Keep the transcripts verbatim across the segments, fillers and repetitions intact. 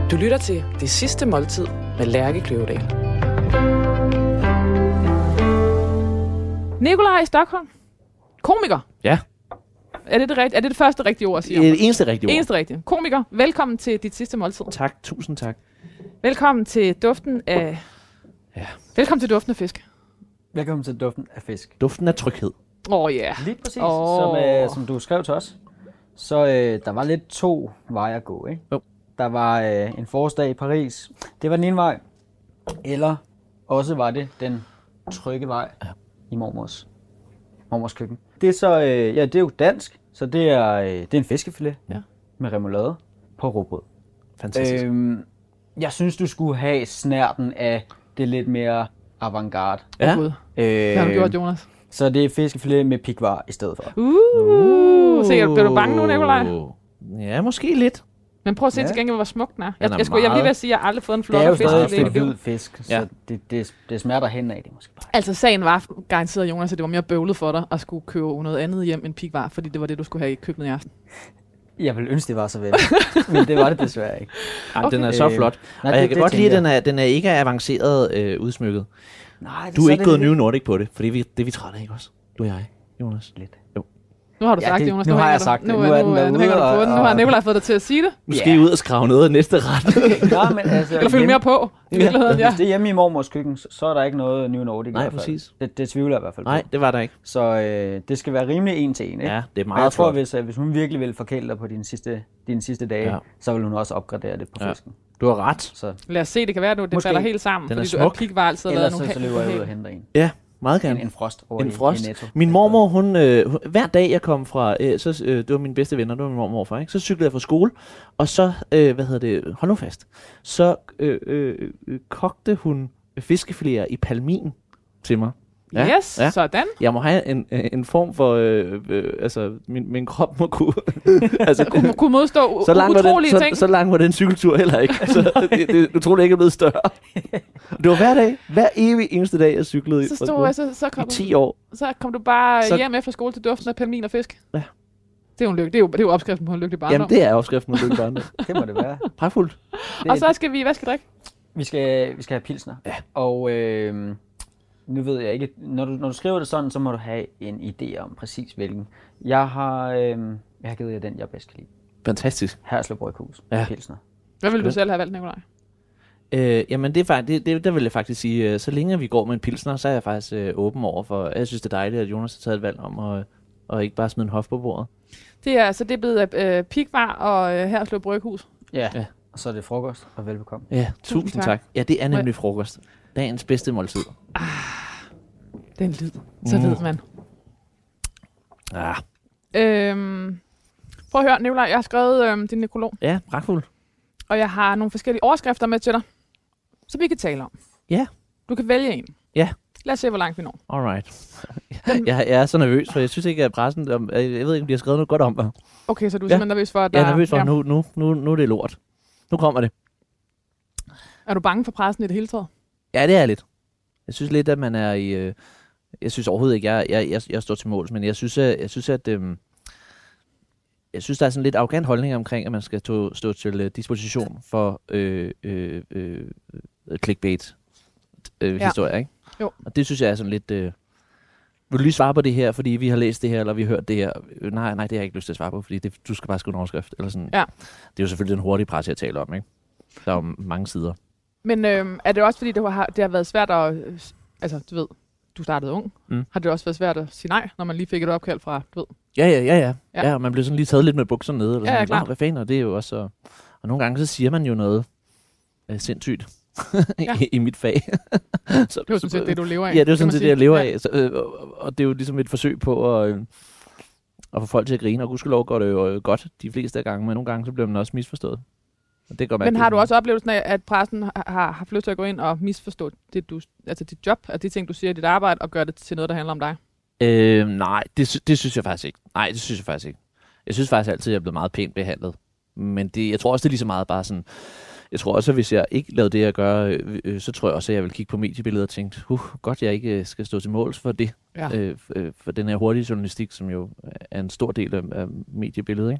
Du lytter til Det Sidste Måltid med Lærke Kløvedal. Nikolaj Stokholm. Komiker. Ja. Er det det, rigt- er det det første rigtige ord at sige? Det er det eneste rigtige ord. Eneste rigtige. Komiker. Velkommen til Dit Sidste Måltid. Tak, tusind tak. Velkommen til duften af... Ja. Velkommen til duften af fisk. Velkommen til duften af fisk. Duften af tryghed. Åh oh, ja. Yeah. Lige præcis, Oh. som, øh, som du skrev til os. Så øh, der var lidt to veje at gå, ikke? Jo. Der var øh, en forårsdag i Paris. Det var den ene vej. Eller også var det den trygge vej ja. i mormors, mormors køkken. Det er så, øh, ja, det er jo dansk, så det er, øh, det er en fiskefilet Ja. med remoulade på rugbrød. Fantastisk. Øhm, jeg synes, du skulle have snærten af det lidt mere avantgarde. Ja. Åh Gud. Øh, Hvad har du gjort, Jonas? Så det er fiskefilet med pikvar i stedet for. Uh, uh. Se, bliver du bange nu, Nikolaj? Ja, måske lidt. Men prøv at se Ja. til gengæld, hvor smuk den er. Den Jeg, er jeg, skulle, jeg vil lige meget- ved at sige, at jeg har aldrig fået en Det er flot jo fisk. stadig i hele mit fedt liv. hvid fisk, så Ja. det, det, det smerter hen af det måske bare. Altså, sagen var garanteret, Jonas, at det var mere bøvlet for dig at skulle købe noget andet hjem end pikvar, fordi det var det, du skulle have i køkkenet i aften. Jeg ville ønske, det var så vel, men det var det desværre ikke. Ej, Okay. Den er så Øh, flot. nej, Og jeg det- kan det godt lide, at tænker den er, den er ikke er avanceret øh, udsmykket. Nej, det Du er så ikke det gået lidt- New Nordic på det, for det er vi, det er vi trætte af, ikke også? Du og jeg, Jonas. Lidt. Nu har du Ja, sagt det- det, Jonas. nu har hænger jeg du- sagt det. Nu, Nu er, er nu, den nu, derude, hænger du på og- den. Nu har og- Nikolaj fået dig til at sige det. Nu skal I ud og skrave noget af næste ret. Ja, men altså, Eller følge hjemme- mere på, i virkeligheden, ja. Hvis det er hjemme i mormors køkken, så, så er der ikke noget New Nordic. i Nej, hvert fald. præcis. Det, det tvivler jeg i hvert fald på. Nej, det var der ikke. Så øh, det skal være rimelig en til en, ikke? Ja, det er Og jeg meget tror, flot. hvis, øh, hvis hun virkelig vil forkæle dig på dine sidste, dine sidste dage, Ja. ja. så vil hun også opgradere det på Ja. fisken. Du har ret. Så Lad os se, det kan være, at det Måske. falder helt sammen, Den er fordi du er smuk. pikvar altid har lavet ellers nogle så, så løber jeg ud og helt- henter en. Ja, meget En, gerne. en frost over En i, frost. i Netto. Min mormor, hun, øh, hun- hver dag jeg kom fra, øh, så, øh, det var mine bedste venner, det var min mormor og morfar, ikke? Så cyklede jeg fra skole, og så, øh, hvad hedder det, hold nu fast, så øh, øh, øh, kogte hun fiskefiléer i palmin til mig. Yes, ja. sådan. Jeg må have en, øh, en form for, øh, øh, altså min, min krop må kunne, altså Kunne, kunne, kunne modstå så lang, var utrolige den, ting. så, så lang var den cykeltur heller ikke. Altså, det, det, du tror det ikke er blevet større. Det var hver dag, hver evig eneste dag, jeg cyklede Så, fra stod, skole. jeg, så, så, I kom du, ti år. så kom du bare Så- hjem efter skole til duften af palmin og fisk. Ja. Det er jo, en lykke, det er jo, det er jo opskriften på en lykkelig barndom. Jamen, det er opskriften på lykke barndom. Det må det være. Pragtfuldt. Det, Og så skal vi, hvad skal vi drikke? Vi skal, vi skal have pilsner. Ja. Og øh, nu ved jeg ikke, når du, når du skriver det sådan, så må du have en idé om præcis hvilken. Jeg har, øh, jeg har givet jer den, jeg bedst kan lide. Fantastisk. Herslev Bryghus. Ja. Pilsner. Hvad ville du Ja. selv have valgt, Nikolaj? Øh, jamen, det er faktisk, det, det, der vil jeg faktisk sige, øh, så længe vi går med en pilsner, så er jeg faktisk øh, åben over for, jeg synes det er dejligt, at Jonas har taget et valg om at, og ikke bare smide en hof på bordet. Det er, så det er blevet øh, pikvar og øh, Herslev Bryghus. Ja. Ja. Og så er det frokost, og velbekomme. Ja, Tusind tusind tak. tak. Ja, det er nemlig frokost. Dagens bedste måltid. Det er en lyd. Så Mm. ved man. Ah, Øhm, prøv at høre, Nikolaj, jeg har skrevet øhm, din nekrolog, ja, pragtfuldt. og jeg har nogle forskellige overskrifter med til dig, som vi kan tale om. Ja. Du kan vælge en. Ja. Lad os se, hvor langt vi når. Alright. jeg, jeg er så nervøs, for jeg synes ikke, at pressen, om- jeg ved ikke, om de har skrevet noget godt om mig. Okay, så du er Ja. simpelthen nervøs for, at der Jeg er nervøs for, ja. at nu, nu, nu, nu er det lort. Nu kommer det. Er du bange for pressen i det hele taget? Ja, det er lidt. Jeg synes lidt, at man er i... Øh, jeg synes overhovedet ikke, jeg, jeg, jeg, jeg står til måls, men jeg synes, at, jeg synes, at øh, jeg synes, der er sådan lidt arrogant holdning omkring, at man skal stå, stå til øh, disposition for øh, øh, øh, clickbait øh, Ja. historier, ikke? Jo. Og det synes jeg er sådan lidt... Øh, vil du lige svare på det her, fordi vi har læst det her, eller vi har hørt det her? Øh, nej, nej, det har jeg ikke lyst til at svare på, fordi det, du skal bare skrive en overskrift. Eller sådan. Ja. Det er jo selvfølgelig den hurtige presse, jeg taler om, ikke? Der er jo mange sider. Men øhm, er det også, fordi det har, det har været svært at... Øh, altså, du ved, du startede ung. Mm. Har det også været svært at sige nej, når man lige fik et opkald fra, du ved? Ja, ja, ja, ja. Ja. Ja, ja og man bliver sådan lige taget lidt med bukserne nede. Eller Ja, ja, sådan. klart. Nå, hvad fanden, og det er jo også... Og, og nogle gange, så siger man jo noget øh, sindssygt Ja. i, i mit fag. så, Det er jo sådan set det, du lever af. Ja, det er jo kan sådan man set sige. det, jeg lever Ja. af. Så, øh, og, og det er jo ligesom et forsøg på at, øh, at få folk til at grine. Og gudskelov går det jo øh, godt de fleste af gange, men nogle gange, så bliver man også misforstået. Og det går Men har du også oplevelsen af, at pressen har, har haft lyst til at gå ind og misforstå det, du, altså dit job, og de ting, du siger i dit arbejde, og gøre det til noget, der handler om dig? Øh, nej, det, sy- det synes jeg faktisk ikke. Nej, det synes jeg faktisk ikke. Jeg synes faktisk altid, at jeg er blevet meget pænt behandlet. Men det, jeg tror også, det er lige så meget bare sådan... Jeg tror også, at hvis jeg ikke lavede det, jeg gør, øh, øh, så tror jeg også, at jeg vil kigge på mediebilledet og tænke, uh, godt, jeg ikke øh, skal stå til måls for det. Ja. Øh, f- øh, for den her hurtige journalistik, som jo er en stor del af, af mediebilledet, ikke?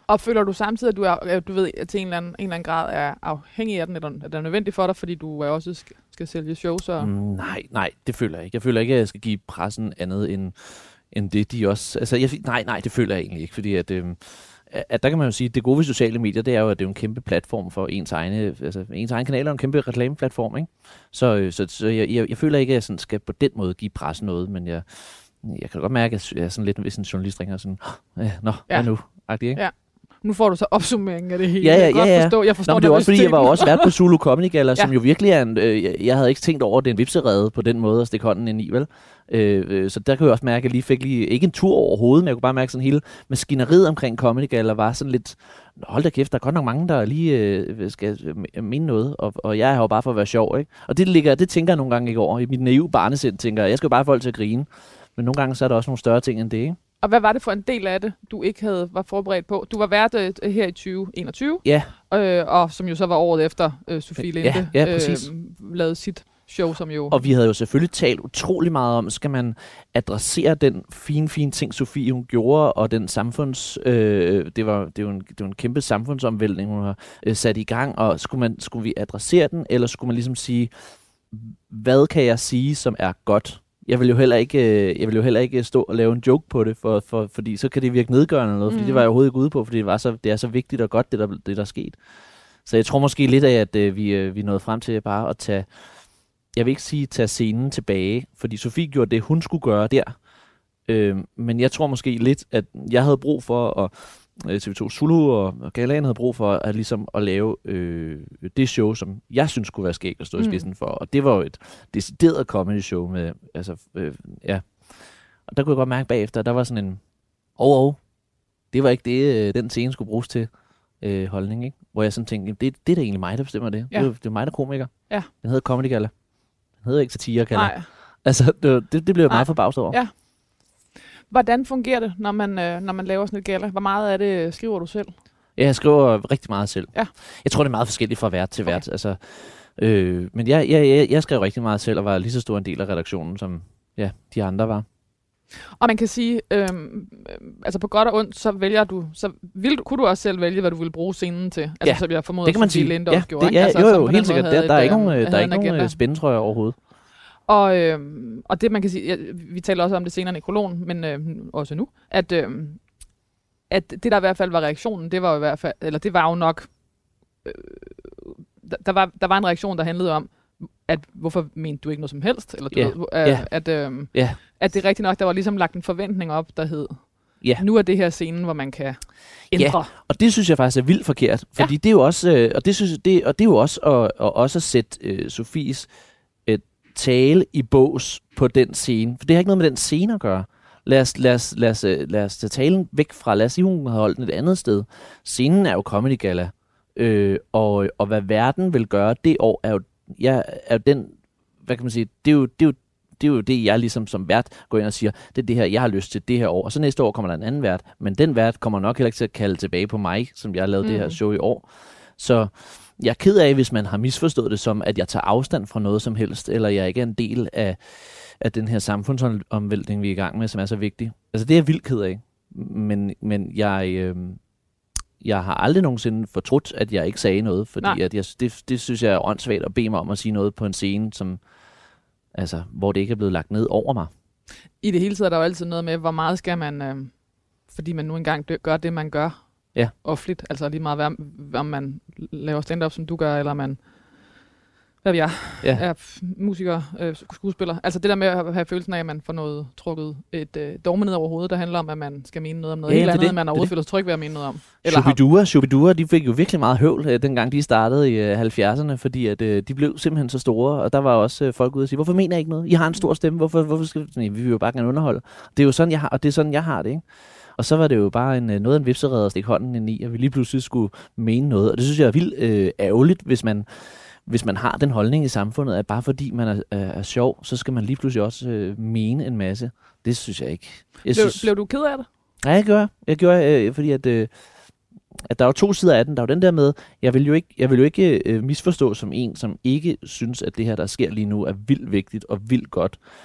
Og føler du samtidig, at du, er, du ved, at til en eller, anden, en eller anden grad er afhængig af den, eller at det er nødvendigt for dig, fordi du er også skal, skal sælge shows? Og... Mm, nej, nej, det føler jeg ikke. Jeg føler ikke, at jeg skal give pressen andet end, end det, de også... Altså, jeg, nej, nej, det føler jeg egentlig ikke, fordi at... Øh, at der kan man jo sige, at det gode ved sociale medier, det er jo, at det er en kæmpe platform for ens egne, altså ens egen kanal er en kæmpe reklameplatform, ikke? Så, så, så jeg, jeg, jeg føler ikke, at jeg sådan skal på den måde give pressen noget, men jeg, jeg kan godt mærke, at jeg er sådan lidt, hvis en journalist ringer sådan, ja, nå, ja. Hvad nu? Agtig, ikke? Ja. Nu får du så opsummeringen af det hele. Ja, ja, jeg kan ja, godt ja. forstå, jeg forstår Nå, det er også fordi, jeg var også vært på Zulu Comedy Gala, ja. som jo virkelig er en... Øh, jeg havde ikke tænkt over, at det er en vipserede på den måde at stikke hånden ind i, vel? Øh, øh, så der kan jeg også mærke, at jeg lige fik lige, ikke en tur overhovedet, men jeg kunne bare mærke sådan hele maskineriet omkring Comedy Gala var sådan lidt... Hold da kæft, der er godt nok mange, der lige øh, skal øh, mene noget, og, og jeg er jo bare for at være sjov, ikke? Og det, ligger, det tænker jeg nogle gange ikke over. I mit naive barnesind tænker jeg, jeg skal jo bare have folk til at grine. Men nogle gange så er der også nogle større ting end det, ikke? Og hvad var det for en del af det, du ikke havde var forberedt på? Du var vært øh, her i tyve enogtyve, ja. øh, og som jo så var året efter øh, Sofie Linde ja, ja, præcis. øh, lavede sit show, som jo... Og vi havde jo selvfølgelig talt utrolig meget om, skal man adressere den fine, fine ting, Sofie hun gjorde, og den samfunds... Øh, det, var, det, var en, det var en kæmpe samfundsomvæltning, hun har øh, sat i gang, og skulle, man, skulle vi adressere den, eller skulle man ligesom sige, hvad kan jeg sige, som er godt? Jeg vil jo heller ikke, jeg vil jo heller ikke stå og lave en joke på det, for, for, fordi så kan det virke nedgørende eller noget, fordi mm. det var jeg overhovedet ikke ude på, fordi det, var så, det er så vigtigt og godt, det der, det der er sket. Så jeg tror måske lidt af, at øh, vi, øh, vi nåede frem til bare at tage, jeg vil ikke sige tage scenen tilbage, fordi Sofie gjorde det, hun skulle gøre der. Øh, men jeg tror måske lidt, at jeg havde brug for, og T V to Zulu og, og Galaen havde brug for, at, ligesom at lave øh, det show, som jeg synes kunne være skægt at stå i spidsen mm. for. Og det var jo et decideret comedy show med, altså, øh, ja. Og der kunne jeg godt mærke bagefter, at der var sådan en, åh, oh, det var ikke det, øh, den scene skulle bruges til, øh, holdning, ikke? Hvor jeg sådan tænkte, det, det er da egentlig mig, der bestemmer det. Ja. Det, er, det er mig, der er komiker. Ja. Den hedder Comedy Gala. Den hedder ikke Satire Gala. Nej. Altså, det, det, det blev jeg meget forbavset over. Ja. Hvordan fungerer det, når man, øh, når man laver sådan et gala? Hvor meget af det skriver du selv? Ja, jeg skriver rigtig meget selv. Ja. Jeg tror, det er meget forskelligt fra vært til vært. Okay. Altså, øh, men jeg, jeg, jeg, jeg skrev rigtig meget selv, og var lige så stor en del af redaktionen, som ja, de andre var. Og man kan sige, øh, altså på godt og ondt, så vælger du, så vil, kunne du også selv vælge, hvad du vil bruge scenen til. Altså, ja, som jeg formoder, det kan man sige. Linde ja, også gjorde. Det, ja, altså, jo, jo, helt sikkert. Der, der er ikke et, nogen, øh, der er ikke nogen spændetrøjer overhovedet. Og, øh, og det man kan sige, ja, vi taler også om det senere i nekrologen, men øh, også nu, at, øh, at det der i hvert fald var reaktionen, det var jo i hvert fald, eller det var jo nok, øh, der, var, der var en reaktion, der handlede om, at hvorfor mente du ikke noget som helst? Eller du yeah. ved, øh, yeah. at, øh, yeah. at det er rigtigt nok, der var ligesom lagt en forventning op, der hed, yeah. nu er det her scenen, hvor man kan ændre. Ja, og det synes jeg faktisk er vildt forkert, fordi ja. det er jo også, øh, og det synes det, og det er jo også at, at også at sætte øh, Sofies øh, tale i bås på den scene, for det har ikke noget med den scene at gøre. Lad os, lad os, lad os, lad os tage talen væk fra, lad os sige, hun har holdt den et andet sted. Scenen er jo Comedy Gala, øh, og, og hvad verden vil gøre det år, er jo, ja, er jo den, hvad kan man sige, det er jo, det er jo, det er jo det, jeg ligesom som vært går ind og siger, det er det her, jeg har lyst til det her år, og så næste år kommer der en anden vært, men den vært kommer nok heller ikke til at kalde tilbage på mig, som jeg har lavet mm. det her show i år. Så jeg er ked af, hvis man har misforstået det som, at jeg tager afstand fra noget som helst, eller jeg ikke er en del af, af den her samfundsomvæltning, vi er i gang med, som er så vigtig. Altså det er jeg vildt ked af, men, men jeg, øh, jeg har aldrig nogensinde fortrudt, at jeg ikke sagde noget, fordi at jeg, det, det synes jeg er åndssvagt at bede mig om at sige noget på en scene, som, altså, hvor det ikke er blevet lagt ned over mig. I det hele taget er der jo altid noget med, hvor meget skal man, øh, fordi man nu engang dø, gør det, man gør, ja. offentligt. Altså lige meget, om man laver stand-up, som du gør, eller man, hvad ved jeg, ja. er musiker, øh, skuespiller. Altså det der med at have følelsen af, at man får noget trukket et øh, dogme ned over hovedet, der handler om, at man skal mene noget om noget ja, helt andet, det, man overhovedet føler sig tryg ved at mene noget om. Shubidua, Shubidua, de fik jo virkelig meget høvl, øh, dengang de startede i øh, halvfjerdserne, fordi at, øh, de blev simpelthen så store, og der var også øh, folk ude og sige, hvorfor mener jeg ikke noget? I har en stor stemme, hvorfor, hvorfor skal vi, vi vil jo bare gerne underholde. Det er jo sådan, jeg har, og det er sådan, jeg har det, ikke? Og så var det jo bare en, noget af en vipserede at stikke hånden ind i, og vi lige pludselig skulle mene noget. Og det synes jeg er vildt øh, ærgerligt, hvis man, hvis man har den holdning i samfundet, at bare fordi man er, er, er sjov, så skal man lige pludselig også øh, mene en masse. Det synes jeg ikke. Jeg blev, synes, blev du ked af det? Nej, jeg gjorde. Jeg gjorde, øh, fordi at, øh, at der er jo to sider af den. Der er jo den der med, jeg vil jo ikke, jeg vil jo ikke øh, misforstå som en, som ikke synes, at det her, der sker lige nu, er vildt vigtigt og vildt godt.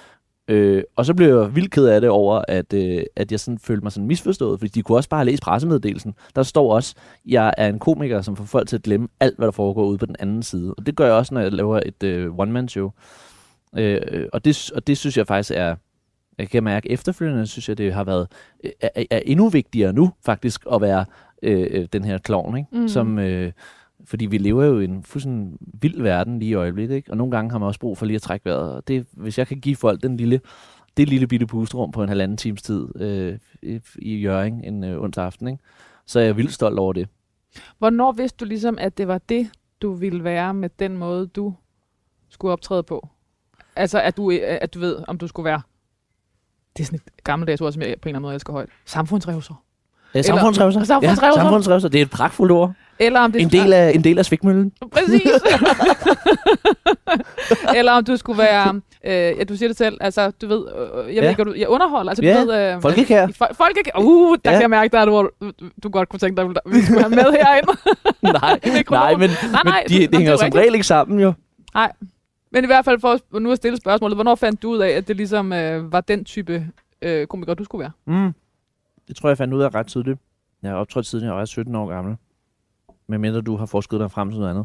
Øh, og så blev jeg vildt ked af det over, at, øh, at jeg sådan følte mig sådan misforstået, fordi de kunne også bare have læst pressemeddelelsen. Der står også, at jeg er en komiker, som får folk til at glemme alt, hvad der foregår ude på den anden side. Og det gør jeg også, når jeg laver et øh, one-man-show. Øh, og, det, og det synes jeg faktisk er, jeg kan mærke efterfølgende, synes jeg, det har været er, er endnu vigtigere nu, faktisk, at være øh, den her klovn, ikke? Mm. Som... Øh, Fordi vi lever jo i en fuldstændig vild verden lige i øjeblikket, ikke? Og nogle gange har man også brug for lige at trække vejret. Og det, hvis jeg kan give folk den lille, det lille bitte pusterum på en halvanden times tid øh, i, i Hjørring en øh, onsdag aften, ikke? Så er jeg vildt stolt over det. Hvornår vidste du ligesom, at det var det, du ville være med den måde, du skulle optræde på? Altså, at du, at du ved, om du skulle være... Det er sådan et gammeldags ord, som jeg på en eller anden måde elsker højt. Samfundsrevser. Ja, samfundsrevser. Samfundsrevser. Ja, samfundsrevser. Det er et pragtfuldt ord. Eller om det en, del af, en del af svikmøllen. Præcis. Eller om du skulle være, øh, ja, du siger det selv, altså, du ved, øh, jeg ja. ved ikke, du, jeg underholder, altså, ja. du ved... Øh, Folkekær. Fol- Folkekær. Uh, der ja. kan jeg mærke, der du, du, du godt kunne tænke dig, at vi skulle have med herinde. nej, nej, men, nej, nej, men de, de hænger som regel ikke sammen, jo. Nej, men i hvert fald for nu at stille spørgsmålet, hvornår fandt du ud af, at det ligesom øh, var den type øh, komiker, du skulle være? Mm. Det tror jeg, jeg fandt ud af ret tydeligt. Jeg har optrådt siden jeg var sytten år gammel. Medmindre du har forsket dig frem til noget andet.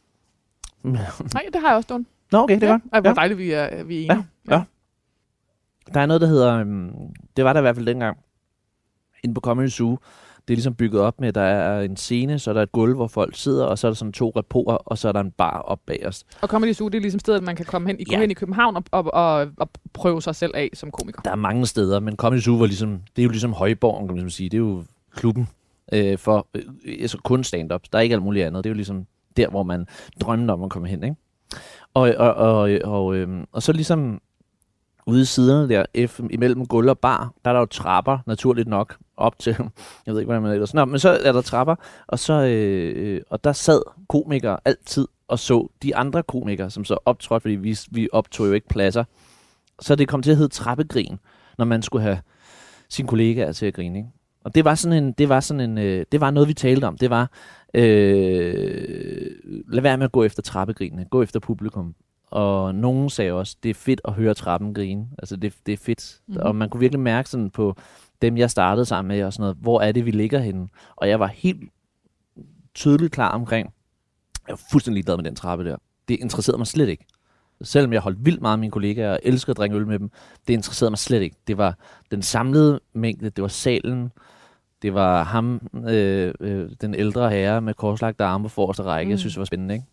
Nej, det har jeg også, Don. Nå, okay, det er ja. godt. Ej, hvor ja. dejligt, vi er, vi er enige. Ja, ja. Der er noget, der hedder... Um, det var der i hvert fald dengang. Inde på Comedy Zoo. Det er ligesom bygget op med, at der er en scene, så er der et gulv, hvor folk sidder, og så er der sådan to reporer, og så er der en bar op bag os. Og Comedy Zoo, det er ligesom stedet, man kan komme hen i, ja. hen i København og, og, og, og prøve sig selv af som komiker. Der er mange steder, men Comedy Zoo var ligesom... Det er jo ligesom Højborgen, kan man ligesom sige. Det er jo klubben øh, for øh, altså kun stand-up. Der er ikke alt muligt andet. Det er jo ligesom der, hvor man drømmer om at komme hen, ikke? Og, og, og, og, øh, og så ligesom ude i siderne der, F, imellem gulv og bar, der er der jo trapper, naturligt nok, op til, jeg ved ikke, hvordan man ellers... Nå, men så er der trapper, og, så, øh, og der sad komikere altid og så de andre komikere, som så optrådte, fordi vi, vi optog jo ikke pladser. Så det kom til at hedde trappegrin, når man skulle have sine kollegaer til at grine, ikke? Og det var sådan en, det var sådan en, øh, det var noget, vi talte om. Det var, øh, lad være med at gå efter trappegrinene, gå efter publikum. Og nogen sagde også, det er fedt at høre trappen grine. Altså det, det er fedt. Mm-hmm. Og man kunne virkelig mærke sådan på dem, jeg startede sammen med, og sådan noget, hvor er det, vi ligger henne. Og jeg var helt tydeligt klar omkring, jeg var fuldstændig ligeglad med den trappe der. Det interesserede mig slet ikke. Selvom jeg holdt vildt meget af mine kollegaer og elskede at drikke øl med dem, det interesserede mig slet ikke. Det var den samlede mængde, det var salen, det var ham, øh, øh, den ældre herre med korslagte arme på forreste række. Mm. Jeg synes, det var spændende, ikke?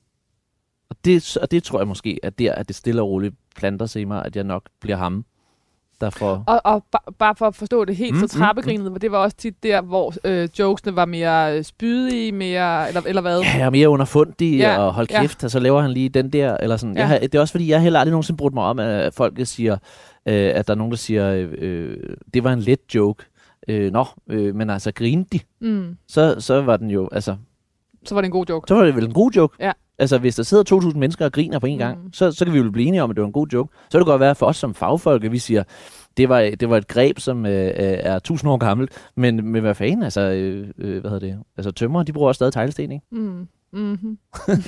Og det, og det tror jeg måske, at der, at det stille og roligt planter sig i mig, at jeg nok bliver ham, der får... Og, og ba- bare for at forstå det helt, mm, så trappegrinet, mm. det var også tit der, hvor øh, jokesene var mere spydige, mere, eller, eller hvad? Ja, mere underfundige, ja, og hold kæft, ja. Og så laver han lige den der, eller sådan. Ja. Jeg har, det er også fordi, jeg heller aldrig nogensinde brugt mig om, at folk siger, øh, at der er nogen, der siger, øh, det var en let joke. Øh, nå, øh, men altså, grinede de, mm. så, så var den jo, altså... Så var det en god joke. Så var det vel en god joke. Ja. Altså, hvis der sidder to tusind mennesker og griner på en gang, mm. så, så kan vi jo blive enige om, at det var en god joke. Så kan det godt være for os som fagfolk, at vi siger, det var, det var et greb, som øh, er tusind år gammelt, men, men hvad fanden, altså, øh, øh, hvad hedder det? Altså, tømrer, de bruger også stadig teglsten, ikke? Mm. Mm-hmm.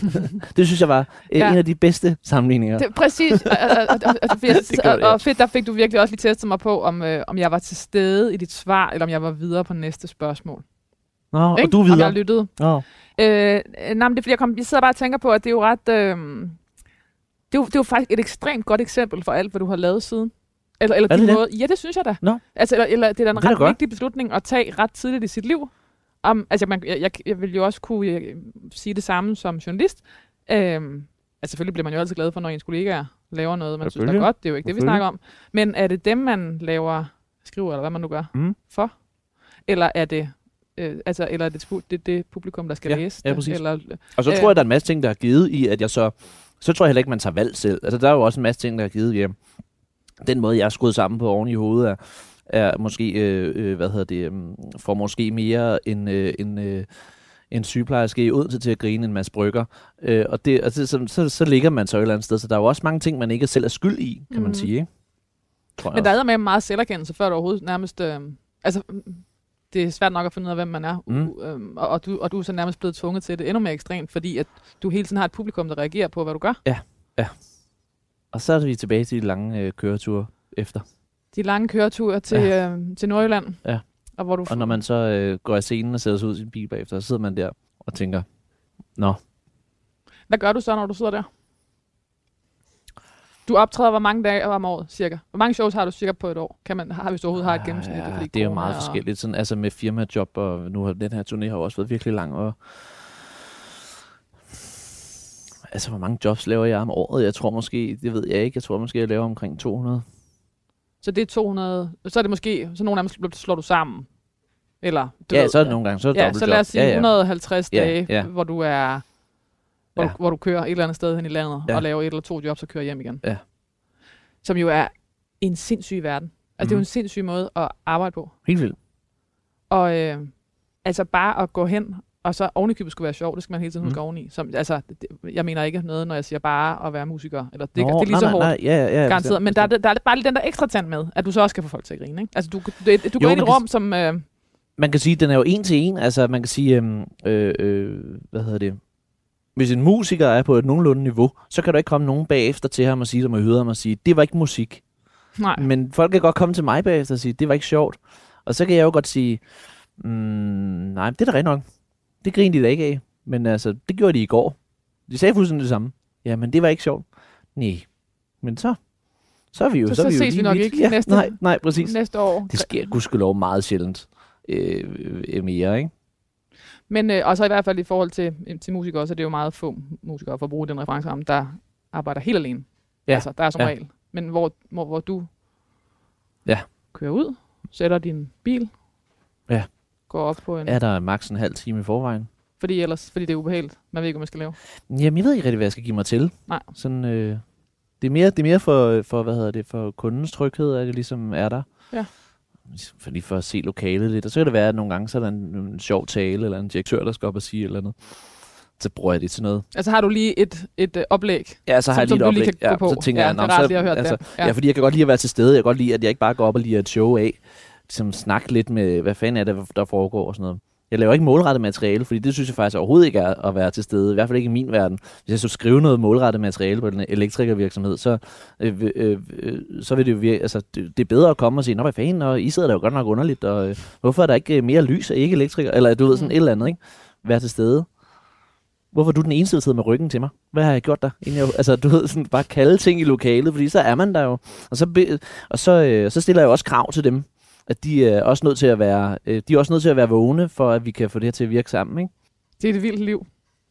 Det synes jeg var øh, ja. en af de bedste sammenligninger. Det, præcis. og, og, og, og, fedt, og, og fedt, der fik du virkelig også lige testet mig på, om, øh, om jeg var til stede i dit svar, eller om jeg var videre på næste spørgsmål. Nå, og du videre. Om jeg lyttede. Nå. Øh, nej, men det er fordi, jeg, kom, jeg sidder bare og tænker på, at det er jo ret... Øh, det, er jo, det er jo faktisk et ekstremt godt eksempel for alt, hvad du har lavet siden. Eller, eller er det din det? måde. Ja, det synes jeg da. Nå. Altså, eller, eller det er da en det er ret godt. vigtig beslutning at tage ret tidligt i sit liv. Om, altså, man, jeg, jeg, jeg vil jo også kunne jeg, sige det samme som journalist. Øhm, altså, selvfølgelig bliver man jo altid glad for, når ens kollegaer laver noget, man synes er godt. Det er jo ikke det, vi snakker om. Men er det dem, man laver, skriver, eller hvad man nu gør, mm. for? Eller er det... Øh, altså, eller er det, det det publikum, der skal ja, læse ja, det? Eller, og så øh, tror jeg, der er en masse ting, der er givet i, at jeg så... Så tror jeg heller ikke, man tager valg selv. Altså, der er jo også en masse ting, der er givet hjem. Den måde, jeg er skruet sammen på oven i hovedet, er, er måske, øh, øh, hvad hedder det, øh, får måske mere en, øh, en, øh, en sygeplejerske i Odense til at grine en masse brygger. Øh, og det, altså, så, så, så ligger man så et eller andet sted. Så der er jo også mange ting, man ikke selv er skyld i, kan mm. man sige. Ikke? Men der er med meget selverkendelse, før du overhovedet nærmest... Øh, altså... Det er svært nok at finde ud af, hvem man er, mm. uh, øhm, og, og, du, og du er så nærmest blevet tvunget til det endnu mere ekstremt, fordi at du hele tiden har et publikum, der reagerer på, hvad du gør. Ja, ja. Og så er vi tilbage til de lange øh, køreture efter. De lange køreture til, Ja. øh, til Nordjylland. Ja. Og, hvor du Og når man så øh, går af scenen og sætter sig ud i sin bil bagefter, så sidder man der og tænker, nå. Hvad gør du så, når du sidder der? Du optræder hvor mange dage om året, cirka? Hvor mange shows har du cirka på et år? Kan man, har, hvis du overhovedet har et gennemsnit? Ja, fordi det er jo corona meget og- forskelligt. Sådan, altså med firmajob, og nu har den her turné har jo også været virkelig lang. Og altså, hvor mange jobs laver jeg om året? Jeg tror måske, det ved jeg ikke, jeg tror måske, jeg laver omkring to hundrede. Så det er to hundrede, så er det måske, så nogle af dem slår du sammen. Eller, du Ja, ved, så er det nogle gange, så er det Ja, dobbelt så job. lad os sige ja, ja. et hundrede og halvtreds Ja, dage, ja. hvor du er, hvor, Ja. du, hvor du kører et eller andet sted hen i landet, Ja. og laver et eller to jobs og kører hjem igen. Ja. Som jo er en sindssyg verden. Altså, det er jo Mhm. en sindssyg måde at arbejde på. Helt vildt. Og øh, altså bare at gå hen, og så ovenikøbet skulle være sjov, det skal man hele tiden huske Mm. oveni. Som, altså, det, jeg mener ikke noget, når jeg siger bare at være musiker. Eller det, Nå, det er lige nej, så nej, hårdt. nej, ja, ja, ja, Garanteret. bestemt, Men der er, bestemt. der er bare lige den der ekstra tand med, at du så også kan få folk til at grine. Ikke? Altså, du, du, du, du går Jo, ind i man et rum, som... Øh, Man kan sige, at den er jo en til en. Altså, man kan sige, øhm, øh, øh, hvad hedder det? Hvis en musiker er på et nogenlunde niveau, så kan der ikke komme nogen bagefter til ham og sige, som har hørt ham og sige, det var ikke musik. nej. Men folk kan godt komme til mig bagefter og sige, det var ikke sjovt. Og så kan jeg jo godt sige, mm, nej, det er da rigtigt nok. Det griner de da ikke af. Men altså, det gjorde de i går. De sagde fuldstændig det samme. Ja, men det var ikke sjovt. Nej. Men så, så er vi jo, Så- så, er så vi jo ses vi lige nok vidt. ikke ja, næste- Nej, nej, præcis. Næste år. Det sker gudskelov meget sjældent øh, øh, mere, ikke? Men øh, og så i hvert fald i forhold til, til musikere, så er det jo meget få musikere, for at bruge den referenceramme, der arbejder helt alene. Ja. Altså, der er som Ja. regel. Men hvor, hvor, hvor du Ja. kører ud, sætter din bil, Ja. går op på en... Er der maks en halv time i forvejen? Fordi, ellers, fordi det er ubehageligt. Man ved ikke, hvad man skal lave. Jamen, jeg ved ikke rigtig, hvad jeg skal give mig til. Nej. Sådan, øh, det er mere, det er mere for, for, hvad hedder det, for kundens tryghed, at det ligesom er der. Ja. For lige for at se lokalet lidt. Og så kan det være, at nogle gange, så er der en, en sjov tale, eller en direktør, der skal op og sige et eller andet. Så bruger jeg det til noget. Altså har du lige et, et øh, oplæg, Ja, så har som, jeg som lige du et lige oplæg. kan Ja, gå på. så tænker ja, jeg, det er nå, rart så, lige at høre altså, den. ja. ja, fordi jeg kan godt lide at være til stede. Jeg kan godt lide, at jeg ikke bare går op og lige et show af. Ligesom snakke lidt med, hvad fanden er det, der foregår og sådan noget. Jeg laver ikke målrettet materiale, fordi det synes jeg faktisk overhovedet ikke er at være til stede. I hvert fald ikke i min verden. Hvis jeg så skrive noget målrettet materiale på en elektrikervirksomhed, så, øh, øh, øh, så vil det jo virke, altså, det, det er bedre at komme og sige, nå hvad fanden, og I sidder der jo godt nok underligt, og øh, hvorfor er der ikke mere lys, og ikke elektriker, eller du ved sådan Mm. et eller andet, ikke? Være til stede. Hvorfor er du den eneste, der sidder med ryggen til mig? Hvad har jeg gjort der? Inden jeg, altså, du ved, sådan bare kalde ting i lokalet, fordi så er man der jo. Og så, be, og så, øh, så stiller jeg jo også krav til dem, at de er også nødt til at være, øh, de er også nødt til at være vågne, for at vi kan få det her til at virke sammen, ikke? Det er et vildt liv.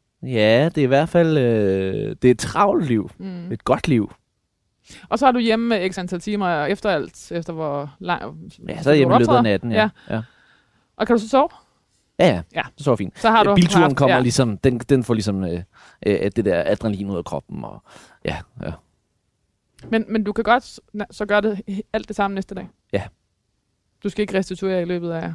Ja, det er i hvert fald, øh, det er et travlt liv. Mm. Et godt liv. Og så er du hjemme med x antal timer efter alt, efter hvor lang... Ja, så er jeg hjemme i løbet af natten, ja. Ja. Ja, Og kan du så sove? ja, ja. Ja. Så var fint. Så har du Bilturen haft- kommer ja. ligesom, den, den får ligesom øh, øh, det der adrenalin ud af kroppen, og ja, ja. Men, men du kan godt s- na- så gøre det he- alt det samme næste dag? Ja. Du skal ikke restituere i løbet af...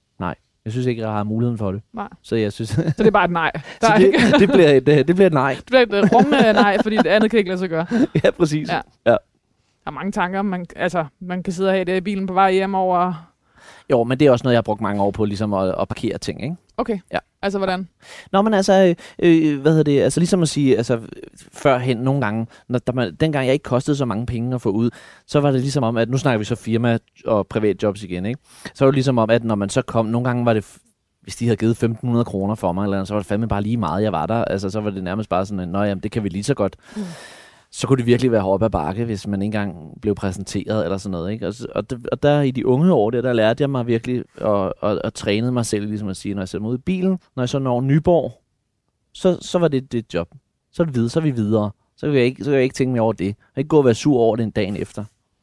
Jeg synes ikke, jeg har muligheden for det. Nej. Så jeg synes, Så det er bare et nej. Der så er det, ikke, det, bliver et, øh, det bliver et nej. det bliver et øh, rungende nej, fordi det andet kan ikke lade sig gøre. Ja, præcis. Ja. Der er mange tanker. Man, altså, man kan sidde og have det i bilen på vej hjem over... Jo, men det er også noget, jeg har brugt mange år på, ligesom at, at parkere ting, ikke? Okay. Ja. Altså, hvordan? Nå, men altså, øh, hvad hedder det, altså ligesom at sige, altså førhen nogle gange, når der, man, dengang jeg ikke kostede så mange penge at få ud, så var det ligesom om, at nu snakker vi så firma og privatjobs igen, ikke? Så var det ligesom om, at når man så kom, nogle gange var det, f- hvis de havde givet femten hundrede kroner for mig, eller andet, så var det fandme bare lige meget, jeg var der. Altså, så var det nærmest bare sådan, nå jamen, det kan vi lige så godt. Mm. Så kunne det virkelig være op ad bakke, hvis man ikke engang blev præsenteret eller sådan noget, ikke? Og, så- og, det, og der i de unge år, der, der lærte jeg mig virkelig at, at, at træne mig selv, ligesom at sige, når jeg sætter mig ud i bilen, når jeg så når Nyborg, så, så var det det job. Så er det videre, så er vi videre. Så kan jeg ikke, så kan jeg ikke tænke mere over det. Jeg kan ikke gå og være sur over det en dagen efter.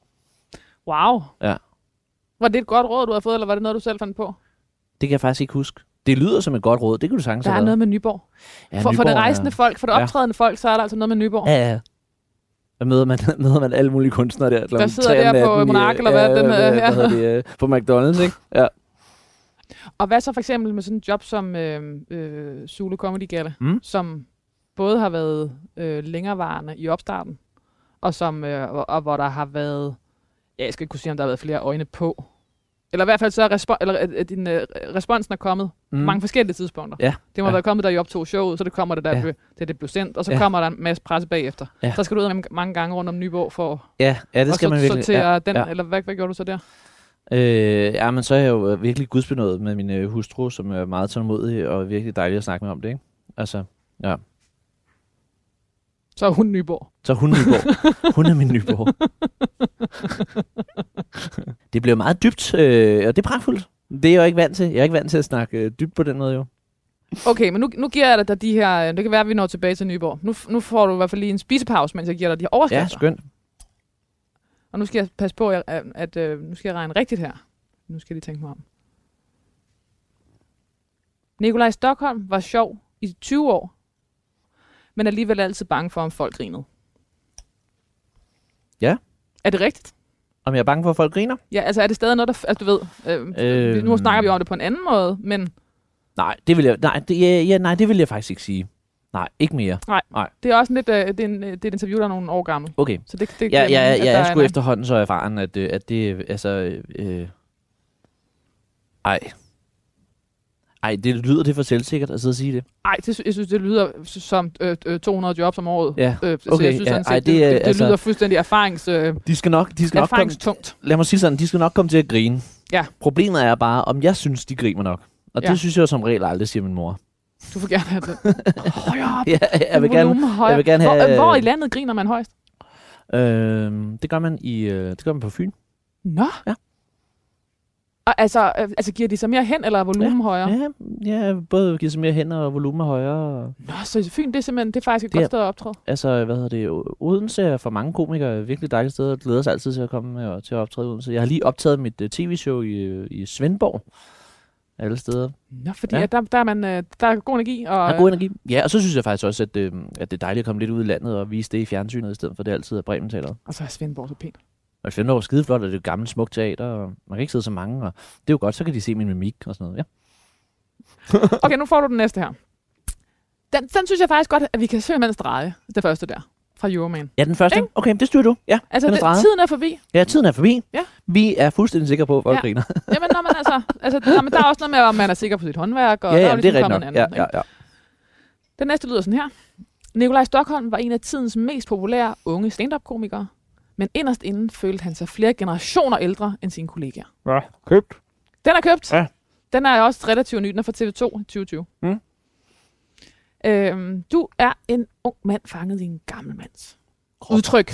Wow. Ja. Var det et godt råd, du har fået, eller var det noget, du selv fandt på? Det kan jeg faktisk ikke huske. Det lyder som et godt råd. Det kunne du sagtens Der have er været. noget med Nyborg. Ja, For, for det Nyborg er- rejsende folk, for det Ja. optrædende folk, så er der altså noget med Nyborg. Ja, ja. Der møder man, møder man alle mulige kunstnere der. klokken sidder tre om der på natten i, Monark, eller hvad den hvad, hedder, hvad ja. hedder det, øh, på McDonald's, ikke? Ja. Og hvad så for eksempel med sådan en job som øh, øh, Zulu Comedy Gala, Mm. som både har været øh, længerevarende i opstarten, og, som, øh, og, og hvor der har været, ja, jeg skal ikke kunne sige, om der har været flere øjne på, Eller i hvert fald så er, respo- eller, at, at din, uh, responsen er kommet Mm. på mange forskellige tidspunkter. Ja. Det må Ja. være kommet, da I optog showet, så det kommer det, der Ja. blev, det, det blev sendt, og så Ja. kommer der en masse presse bagefter. Ja. Så skal du ud af mange gange rundt om Nyborg for Ja, ja, det at skal man virkelig. sortere Ja, den, ja. eller hvad, hvad gjorde du så der? Øh, ja, men så er jeg jo virkelig gudsbenået med min øh, hustru, som er meget tålmodig og virkelig dejlig at snakke med om det, ikke? Altså, ja. Så er hun Nyborg. Så hun er Nyborg. Hun er min Nyborg. Det bliver meget dybt, øh, og det er pragtfuldt. Det er jeg jo ikke vant til. Jeg er ikke vant til at snakke øh, dybt på den måde, jo. Okay, men nu, nu giver jeg dig de her... Det kan være, at vi når tilbage til Nyborg. Nu, nu får du i hvert fald lige en spisepause, mens jeg giver dig de her overskrifter. Ja, skønt. Og nu skal jeg passe på, at, at, at øh, nu skal jeg regne rigtigt her. Nu skal jeg lige tænke mig om. Nikolaj Stokholm var sjov i tyve år, men alligevel altid bange for, om folk grinede. Ja. Er det rigtigt? Om jeg er bange for, at folk griner? Ja, altså er det stadig noget, der... f- Altså du ved, øh, Øhm. nu snakker vi om det på en anden måde, men Nej, det vil jeg, nej, det, ja, ja, nej, det vil jeg faktisk ikke sige. Nej, ikke mere. det er også lidt... Øh, det, er en, det er et interview, der er nogle år gammel. Okay. Så det, det, Ja, det, ja, at jeg der er sgu en- efterhånden så erfaren, at, øh, at det, altså, øh, ej. Ej, det lyder det for selvsikkert at sidde og sige det. Ej, det, jeg synes, det lyder som øh, øh, to hundrede jobs om året. Ja, Øh, så okay, jeg synes ja, sådan set, ej, det, det det, er det, det altså- lyder fuldstændig erfarings, øh, De skal nok, de skal nok komme, erfaringstungt. lad mig sige sådan, de skal nok komme til at grine. Ja. Problemet er bare, om jeg synes, de griner nok. Og Ja. det synes jeg jo som regel aldrig, siger min mor. Du får gerne have det. Højere op. Ja, jeg vil gerne, Volumen højere. jeg vil gerne have... Hvor, øh, hvor i landet griner man højst? Øh, det gør man i, øh, det gør man på Fyn. Nå. Ja. Og altså, øh, altså giver de så mere hen, eller er volumen højere? Ja, ja, både giver sig mere hænder og volumen er højere. Nå, så Fyn, det er simpelthen, det er faktisk et Det er- godt sted at optræde. Altså, hvad hedder det? Odense er for mange komikere et virkelig dejligt sted, og glæder sig altid til at komme med, og til at optræde i Odense. Jeg har lige optaget mit uh, tv-show i, i Svendborg. Alle steder. Nå, fordi Ja. ja. der, der, er man, øh, der er god energi. Og, Der er god energi. Ja, og så synes jeg faktisk også, at, øh, at det er dejligt at komme lidt ud i landet og vise det i fjernsynet, i stedet for det altid er Bremen taler. og så er Svendborg så pænt. Og Svendborg er skideflot, og det er et gammelt, smukt teater, og man kan ikke sidde så mange, og det er jo godt, så kan de se min mimik og sådan noget. Ja. Okay, nu får du den næste her. Den, den synes jeg faktisk godt, at vi kan simpelthen dreje. Det første der, fra Euroman. Ja, den første. Ikke? Okay, det styrer du. Ja, Altså, den er det, drejet. tiden er forbi. Ja, tiden er forbi. Ja. Vi er fuldstændig sikre på, at folk Ja. griner. Jamen, når man altså, altså når man, der er også noget med, om man er sikker på sit håndværk, og Ja, der ja, er det er ligesom rigtigt kommet nok. en Ja, anden. ja, ja. Den næste lyder sådan her. Nikolaj Stokholm var en af tidens mest populære unge stand-up-komikere, men inderst inden følte han sig flere generationer ældre end sine kollegaer. Ja, købt. Den er købt. Ja. Den er også relativt ny. Den er fra T V to i tyve tyve. Mm. Øhm, du er en ung mand fanget i en gammel mands udtryk.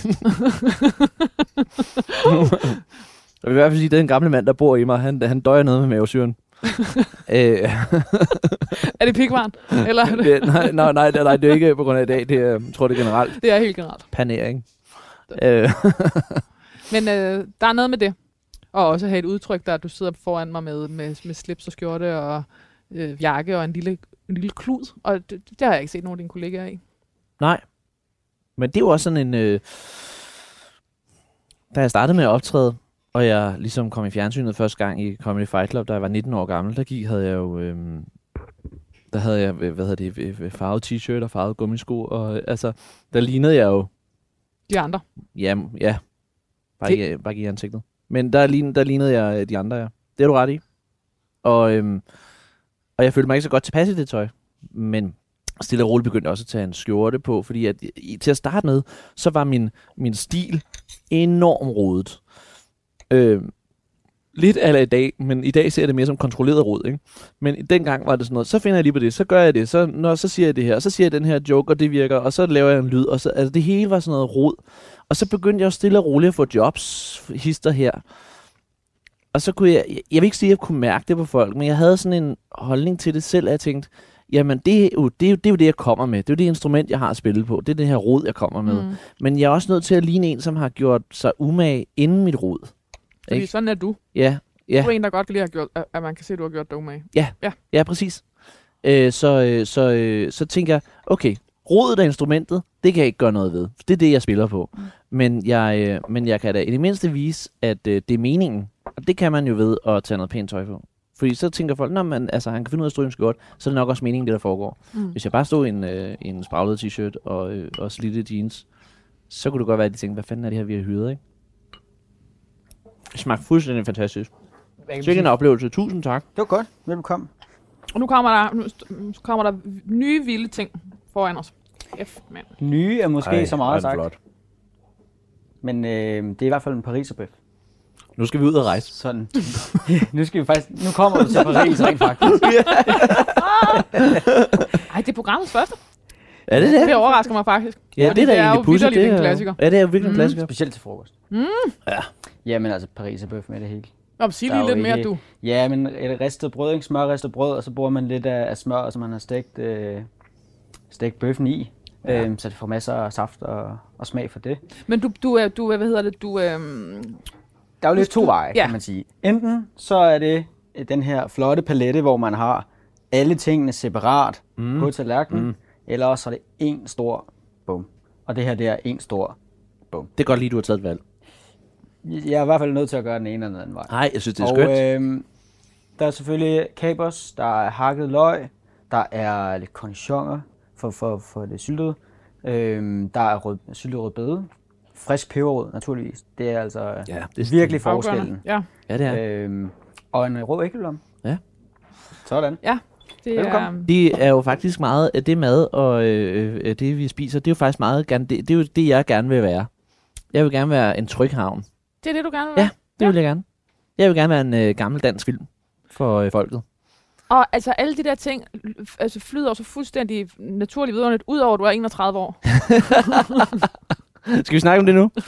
Jeg vil i hvert fald sige, at det er en gammel mand, der bor i mig. Han, han døjer noget med mavesyren. øh, Er det pikvarn? Eller er det? det, nej, nej, nej, nej, det er ikke på grund af i dag. Det er, jeg tror, det er generelt Det er helt generelt. panering. Øh, Men øh, der er noget med det. Og også have et udtryk, der du sidder foran mig med, med, med slips og skjorte og øh, jakke og en lille, en lille klud. Og det, det har jeg ikke set nogen af dine kollegaer i. nej. Men det er jo også sådan en... Øh, da jeg startede med at optræde, og jeg ligesom kom i fjernsynet første gang i Comedy Fight Club, da jeg var nitten år gammel, der gik, havde jeg jo... Øh, der havde jeg, hvad hedder det, farvet t-shirt og farvet gummisko, og altså, der lignede jeg jo... De andre. Ja, ja. Bare, ikke, bare ikke i ansigtet. Men der, lign, der lignede jeg øh, de andre, ja. Det er du ret i. Og, øhm, og jeg følte mig ikke så godt tilpas i det tøj. Men stille og roligt begyndte jeg også at tage en skjorte på, fordi at, i, til at starte med, så var min, min stil enormt rodet. Øhm, lidt eller i dag, men i dag ser jeg det mere som kontrolleret rod, ikke? Men dengang var det sådan noget, så finder jeg lige på det, så gør jeg det, så, når, så siger jeg det her, så siger jeg den her joke, og det virker, og så laver jeg en lyd, og så, altså det hele var sådan noget rod. Og så begyndte jeg jo stille og roligt at få jobs, hister her. Og så kunne jeg, jeg vil ikke sige, at jeg kunne mærke det på folk, men jeg havde sådan en holdning til det selv, at jeg tænkte, jamen det er, jo, det, er jo, det er jo det, jeg kommer med. Det er jo det instrument, jeg har at spille på. Det er det her rod, jeg kommer med. Mm. Men jeg er også nødt til at ligne en, som har gjort sig umage inden mit rod. Fordi Ikke? sådan er du. Ja, ja. Du er en, der godt kan lide at, gjort, at, at man kan se, at du har gjort dig umage. Ja, Ja. ja præcis. Øh, så, øh, så, øh, så tænker jeg, okay, rodet af instrumentet, det kan jeg ikke gøre noget ved. Det er det, jeg spiller på. Mm. Men, jeg, øh, men jeg kan da i det mindste vise, at øh, det er meningen. Og det kan man jo ved at tage noget pænt tøj på. Fordi så tænker folk, at altså, han kan finde ud af at stryge godt, så er det nok også meningen, det der foregår. Mm. Hvis jeg bare stod i en, øh, en spraglet t-shirt og, øh, og slidte jeans, så kunne det godt være, at de tænkte, hvad fanden er det her, vi har hyret, ikke? Det smagte fuldstændig fantastisk. Sikke en oplevelse. Tusind tak. Det var godt. Velbekomme. Og nu kommer der, nu nu kommer der nye vilde ting foran os. F, mand. Nye er måske Ej, så hvor er meget den sagt. flot. Men øh, det er i hvert fald en pariserbøf. Nu skal vi ud og rejse. Sådan. nu skal vi faktisk... Nu kommer vi til Paris rent faktisk. Ej, det er programmets første. Er det det? Det overrasker mig faktisk. Ja, Fordi det er da det er egentlig jo pudsigt. vitterligt Det en er- klassiker. Ja, det er virkelig en klassiker. Specielt til frokost. Mm. Ja. Jamen altså, pariserbøf med det hele. Nå, sig Der er lige jo lidt mere, ikke- du. Ja, men et ristet brød, ikke? Smørristet brød, og så bruger man lidt af, af smør, som man har stegt, øh, stegt bøffen i. Ja. Øhm, så det får masser af saft og, og smag for det. Men du, du, er- du er, hvad hedder det, du, øhm, Der er jo lidt to veje, Ja. kan man sige. Enten så er det den her flotte palette, hvor man har alle tingene separat mm. på tallerkenen, mm. eller også så er det en stor bum. Og det her, det er en stor bum. Det er godt lige, du har taget et valg. Jeg er i hvert fald nødt til at gøre den ene eller den anden vej. Nej, jeg synes, det er Og skønt. øhm, der er selvfølgelig kapers, der er hakket løg, der er lidt cornichoner for, for, for det syltede, øhm, der er rød, syltet rødbede, frisk peberrod naturligvis. Det er altså Ja, det er virkelig afgørende. forskellen. Ja, Ja, det er. Øhm, og en rød æggeblomme. Ja. det Sådan. er... Velkommen. Det er jo faktisk meget af det mad og øh, øh, det, vi spiser, det er jo faktisk meget gerne, det, det er jo det, jeg gerne vil være. Jeg vil gerne være en tryg havn. Det er det, du gerne vil Ja, være? det vil jeg gerne. Jeg vil gerne være en øh, gammel dansk film for øh, folket. Og altså alle de der ting f- altså, flyder så fuldstændig naturligt vidunderligt, udover at du er enogtredive år. Skal vi snakke om det nu?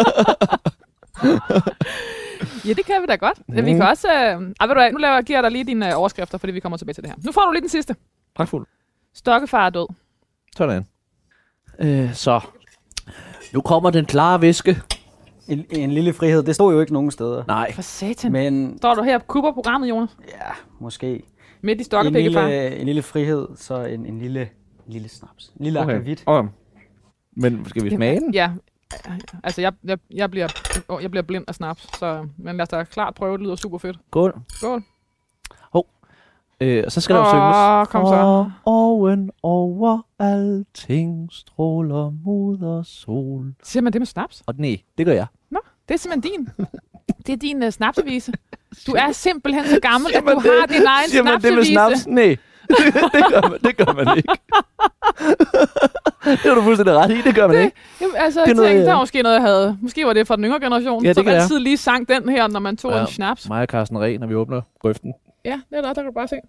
Ja, det kan vi da godt. Mm. Vi kan også... Øh... Ej, ved du hvad, nu laver jeg, giver jeg dig lige dine øh, overskrifter, fordi vi kommer tilbage til det her. Nu får du lige den sidste. Pragtfuldt. Stokkefar er død. Sådan. Øh, så. Nu kommer den klare væske. En, en lille frihed, det stod jo ikke nogen steder. Nej. For satan. Men Står du her og kupper programmet, Jonas? ja, måske Midt i en stokkepikkefar. lille, en lille frihed, så en, en lille, en lille snaps. En lille okay. akvavit. Okay. Men skal vi smage den? Ja. Altså, jeg, jeg, jeg, bliver, åh, jeg bliver blind af snaps, så, men lad os da klart prøve, det lyder super fedt. Skål. Skål. Øh, og så skal der Åh, jo synges. kom så. For oven over alting stråler moder sol. Siger man det med snaps? Og nej, det gør jeg. Nå, det er simpelthen din. Det er din uh, snapsevise. Du er simpelthen så gammel, at Siger du man har det? din egen Siger man det med snapsevise. snaps? Nej. det, gør man, det gør man ikke. det var du fuldstændig ret i. Det gør man Det- ikke. Jamen, altså, Det er jeg noget, tænkte, jeg- der var måske noget, jeg havde. Måske var det fra den yngre generation, Ja, det som kan jeg. altid lige sang den her, når man tog Ja. en snaps. Mig og Carsten Reh, når vi åbner grøften. Ja, det er der, der kan du bare se.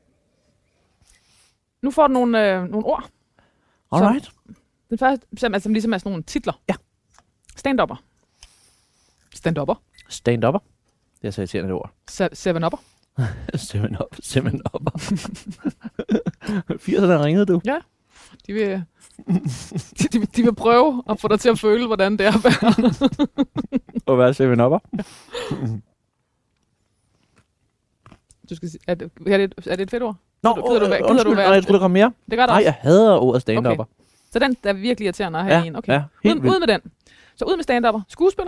Nu får du nogle, øh, nogle ord. Alright. Den første, som, altså, ligesom er sådan nogle titler. Ja. Stand-upper. Stand-upper. Stand-upper. Det er så irriterende et ord. Se- Seven-upper. Seven up. Seven up. firserne ringede du. De vil, de, de, de vil prøve at få dig til at føle, hvordan det er at være. Og hvad er seven upper? Du skal sige, er, det, er, det, er det et fedt ord? Nå, Gider du være- gider undskyld, du være- nej, jeg troede, der kom mere. Det gør det Nej, også. jeg hader ordet stand-upper. Okay. Så den der er virkelig irriterende at have Ja, en. Okay. ja, helt ud, vildt. ud med den. Så ud med stand-upper. Skuespiller.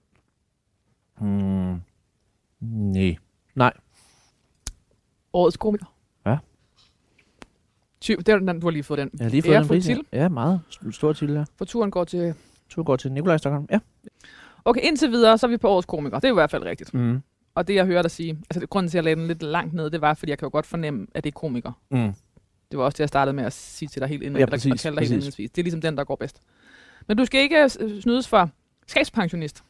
Hmm. Nej. Nej. Årets komiker. Ja. Ty- Det er den, du har lige fået den. Jeg har lige fået Ære en for pris. titel. Ja, meget st- stor titel, ja. For turen går til... Så går til Nikolaj Stockholm. Ja. Okay, indtil videre, så er vi på årets komiker. Det er jo i hvert fald rigtigt. Mm. Og det, jeg hørte dig sige, altså det, grunden til, at jeg lagde den lidt langt ned, det var, fordi jeg kan jo godt fornemme, at det er komiker. Mm. Det var også det, jeg startede med at sige til dig helt inden, Ja, eller præcis, at kalde dig helt præcis. indledningsvis. Det er ligesom den, der går bedst. Men du skal ikke øh, snydes for skabspensionist.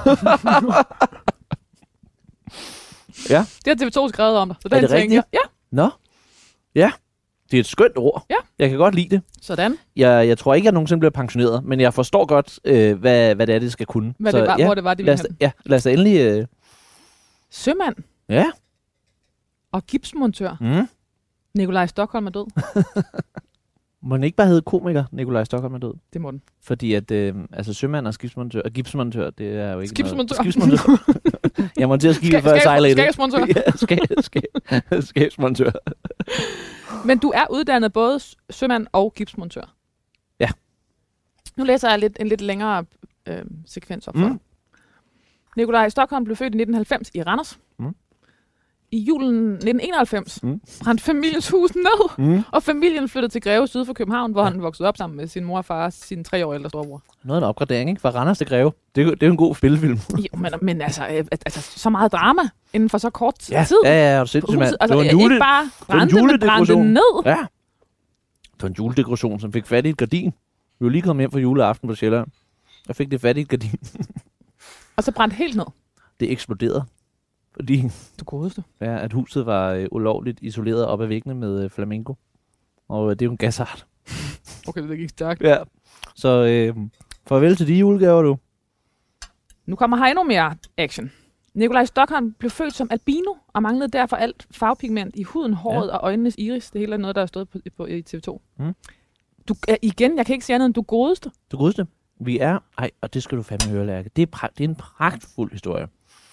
Ja. Det har T V to skrevet om dig. Så Er den det tænker rigtigt? jeg, ja, Nå. Ja. Det er et skønt ord. Ja. Jeg kan godt lide det. sådan. Jeg, jeg tror ikke, jeg nogensinde bliver pensioneret, men jeg forstår godt, øh, hvad, hvad det er, det skal kunne. Hvad Så, det var, ja, hvor det var, de lad ville os, have. da- ja, lad os da endelig... Øh, Sømand ja. og gipsmontør. Mm. Nikolaj Stockholm er død. Må den ikke bare hedde komiker, Nikolaj Stockholm er død? Det må den. Fordi at, øh, altså sømand og skibsmontør, og gipsmontør, det er jo ikke Skibsmontør. noget... Skibsmontør. Jeg monterer skibet, Skab- før jeg skab- sejler i det. skabsmontør. Ja, skab, skab, skabsmontør. Men du er uddannet både s- sømand og gipsmontør. Ja. Nu læser jeg lidt, en lidt længere øh, sekvens op for Mm. dig. Nikolaj Stockholm blev født i nitten halvfems i Randers. Mm. i julen nitten enoghalvfems Mm. brændte familiens hus ned, Mm. og familien flyttede til Greve syd for København, hvor han voksede op sammen med sin mor og far og sin tre år ældre storebror. Noget af en opgradering, ikke? Fra Randers til Greve. Det er, jo- det er jo en god spillefilm. Jo, men, men altså, øh, altså, så meget drama inden for så kort Ja, tid. ja, ja, er du På sindssygt, mand. huset. Altså, Det var en jule... ikke bare var en brændte, men brændte juledekoration. ned. Ja. Det var en juledekoration, som fik fat i et gardin. Vi var lige kommet hjem fra juleaften på Sjælland. Jeg fik det fat i et gardin. Og så brændte helt ned. Det eksploderede. Fordi Du godeste. ja, at huset var øh, ulovligt isoleret op ad væggene med øh, flamingo. Og øh, det er jo en gasart. Okay, det gik stærkt. Ja. Så øh, farvel til de julegaver, du. Nu kommer her endnu mere action. Nikolaj Stokholm blev født som albino og manglede derfor alt farvepigment i huden, håret ja. og øjnenes iris. Det hele er noget, der er stået på, på i T V to. Mm. Du, uh, igen, jeg kan ikke sige andet end du er godeste. Du godeste. Vi er... Ej, og det skal du fandme høre, Lærke. Det er, pra- det er en pragtfuld historie.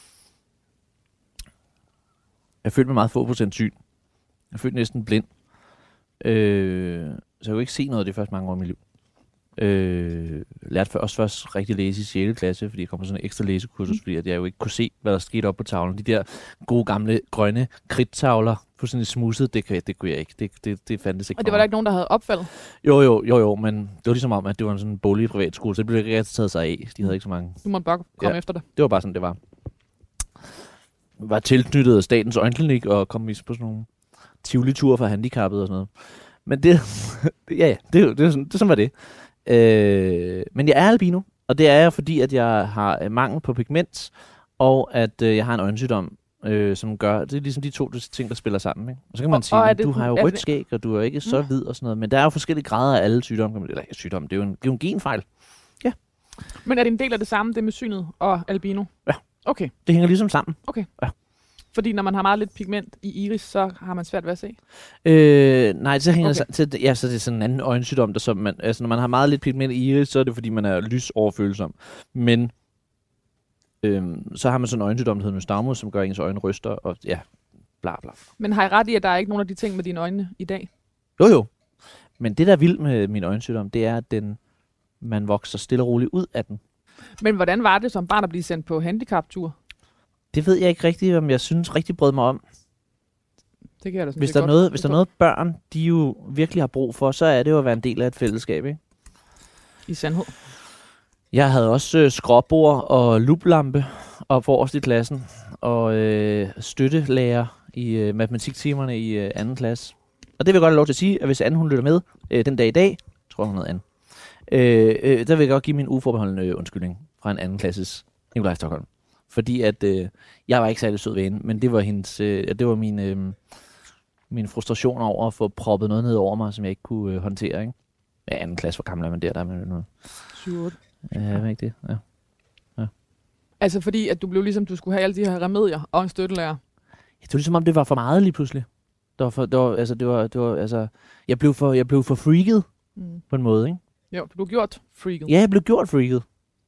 Jeg følte mig meget få procent syn. Jeg følte næsten blind. Øh, så jeg kunne ikke se noget af det første mange år i mit liv. Øh, lærte også først rigtig læse i sjette klasse, fordi jeg kom på sådan en ekstra læsekursus, mm. fordi at jeg jo ikke kunne se, hvad der skete op på tavlen. De der gode gamle grønne kridttavler på sådan en smusset, det, det, det kunne jeg ikke. Det, det, det fandtes ikke. Og det var der ikke nogen, der havde opfaldet? Jo, jo, jo, jo, men det var ligesom om, at det var en sådan bolig privatskole, så det blev ikke rigtig taget sig af. De havde ikke så mange. Du måtte bare komme Ja. efter det. Det var bare sådan, det var. Jeg var tilknyttet af Statens Øjenklinik og kom vist på sådan nogle tivoli-ture for handicappede og sådan noget. Men det, ja, ja, det, det, det, det, sådan var det. Øh, men jeg er albino, og det er jeg, fordi at jeg har mangel på pigment, og at øh, jeg har en øjensygdom, øh, som gør, det er ligesom de to ting, der spiller sammen. Ikke? Og så kan man Og- sige, og er at det- du har jo er rødt det- skæg, og du er ikke så hvid og sådan noget, men der er jo forskellige grader af alle sygdomme. kan man- Eller ja, sygdomme, det er jo en, det er jo en genfejl. Men er det en del af det samme, det med synet og albino? Ja. Okay, Det hænger ligesom sammen. fordi når man har meget lidt pigment i iris, så har man svært ved at se. Øh, nej, så hænger Okay. okay. det, ja, så det er sådan en anden øjensygdom, der så man, altså når man har meget lidt pigment i iris, så er det fordi man er lysoverfølsom. Men øhm, så har man sådan en øjensygdom, der hedder nystagmus, som gør ens øjne ryster, og ja, bla bla. Men har I ret i, at der er ikke nogen af de ting med dine øjne i dag? Jo jo, men det der er vildt med min øjensygdom, det er, at den, man vokser stille og roligt ud af den. Men hvordan var det som barn at blive sendt på handicaptur? Det ved jeg ikke rigtigt, om jeg synes rigtig brød mig om. Det kan jeg da sådan Hvis set der, er godt noget, hvis der er forstå. noget børn, de jo virkelig har brug for, så er det jo at være en del af et fællesskab, ikke? I sandhed. Jeg havde også øh, skråbord og luplampe op forrest i klassen, og øh, støttelærer i øh, matematiktimerne i øh, anden klasse. Og det vil jeg godt have lov til at sige, at hvis Anne hun lytter med øh, den dag i dag, tror jeg hun hedder Anne, øh, øh, der vil jeg godt give min uforbeholdende øh, undskyldning fra en anden klasses Nikolaj Stokholm. Fordi at øh, jeg var ikke særlig sød ved hende, men det var hendes, øh, det var min, øh, min frustration over at få proppet noget ned over mig, som jeg ikke kunne øh, håndtere, ikke? Ja, anden klasse, hvor gammel er man der, der er man noget. syv otte. Ja, er ikke det? Ja. Altså fordi, at du blev ligesom, du skulle have alle de her remedier og en støttelærer. Det var ligesom om det var for meget lige pludselig. Det var for, det var, altså, det var, det var, altså, jeg blev for, jeg blev for freaket Mm. på en måde, ikke? Jo, du blev gjort freaket. Ja, jeg blev gjort freaket.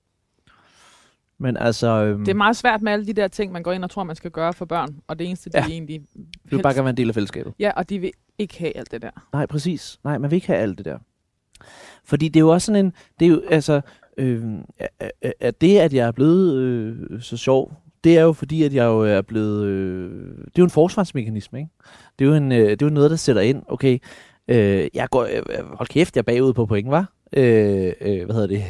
Men altså, øhm, Det er meget svært med alle de der ting, man går ind og tror, man skal gøre for børn. Og det eneste, de Ja. egentlig... du vil bare gerne være en del af fællesskabet. Ja, og de vil ikke have alt det der. Nej, præcis. Nej, man vil ikke have alt det der. Fordi det er jo også sådan en, det er jo, altså, øh, at det, at jeg er blevet øh, så sjov, det er jo fordi, at jeg jo er blevet, øh, det er jo en forsvarsmekanisme, ikke? Det er jo, en, øh, det er jo noget, der sætter ind, okay, øh, jeg går, øh, hold kæft, jeg er bagud på point, var? Øh, øh, hvad hedder det?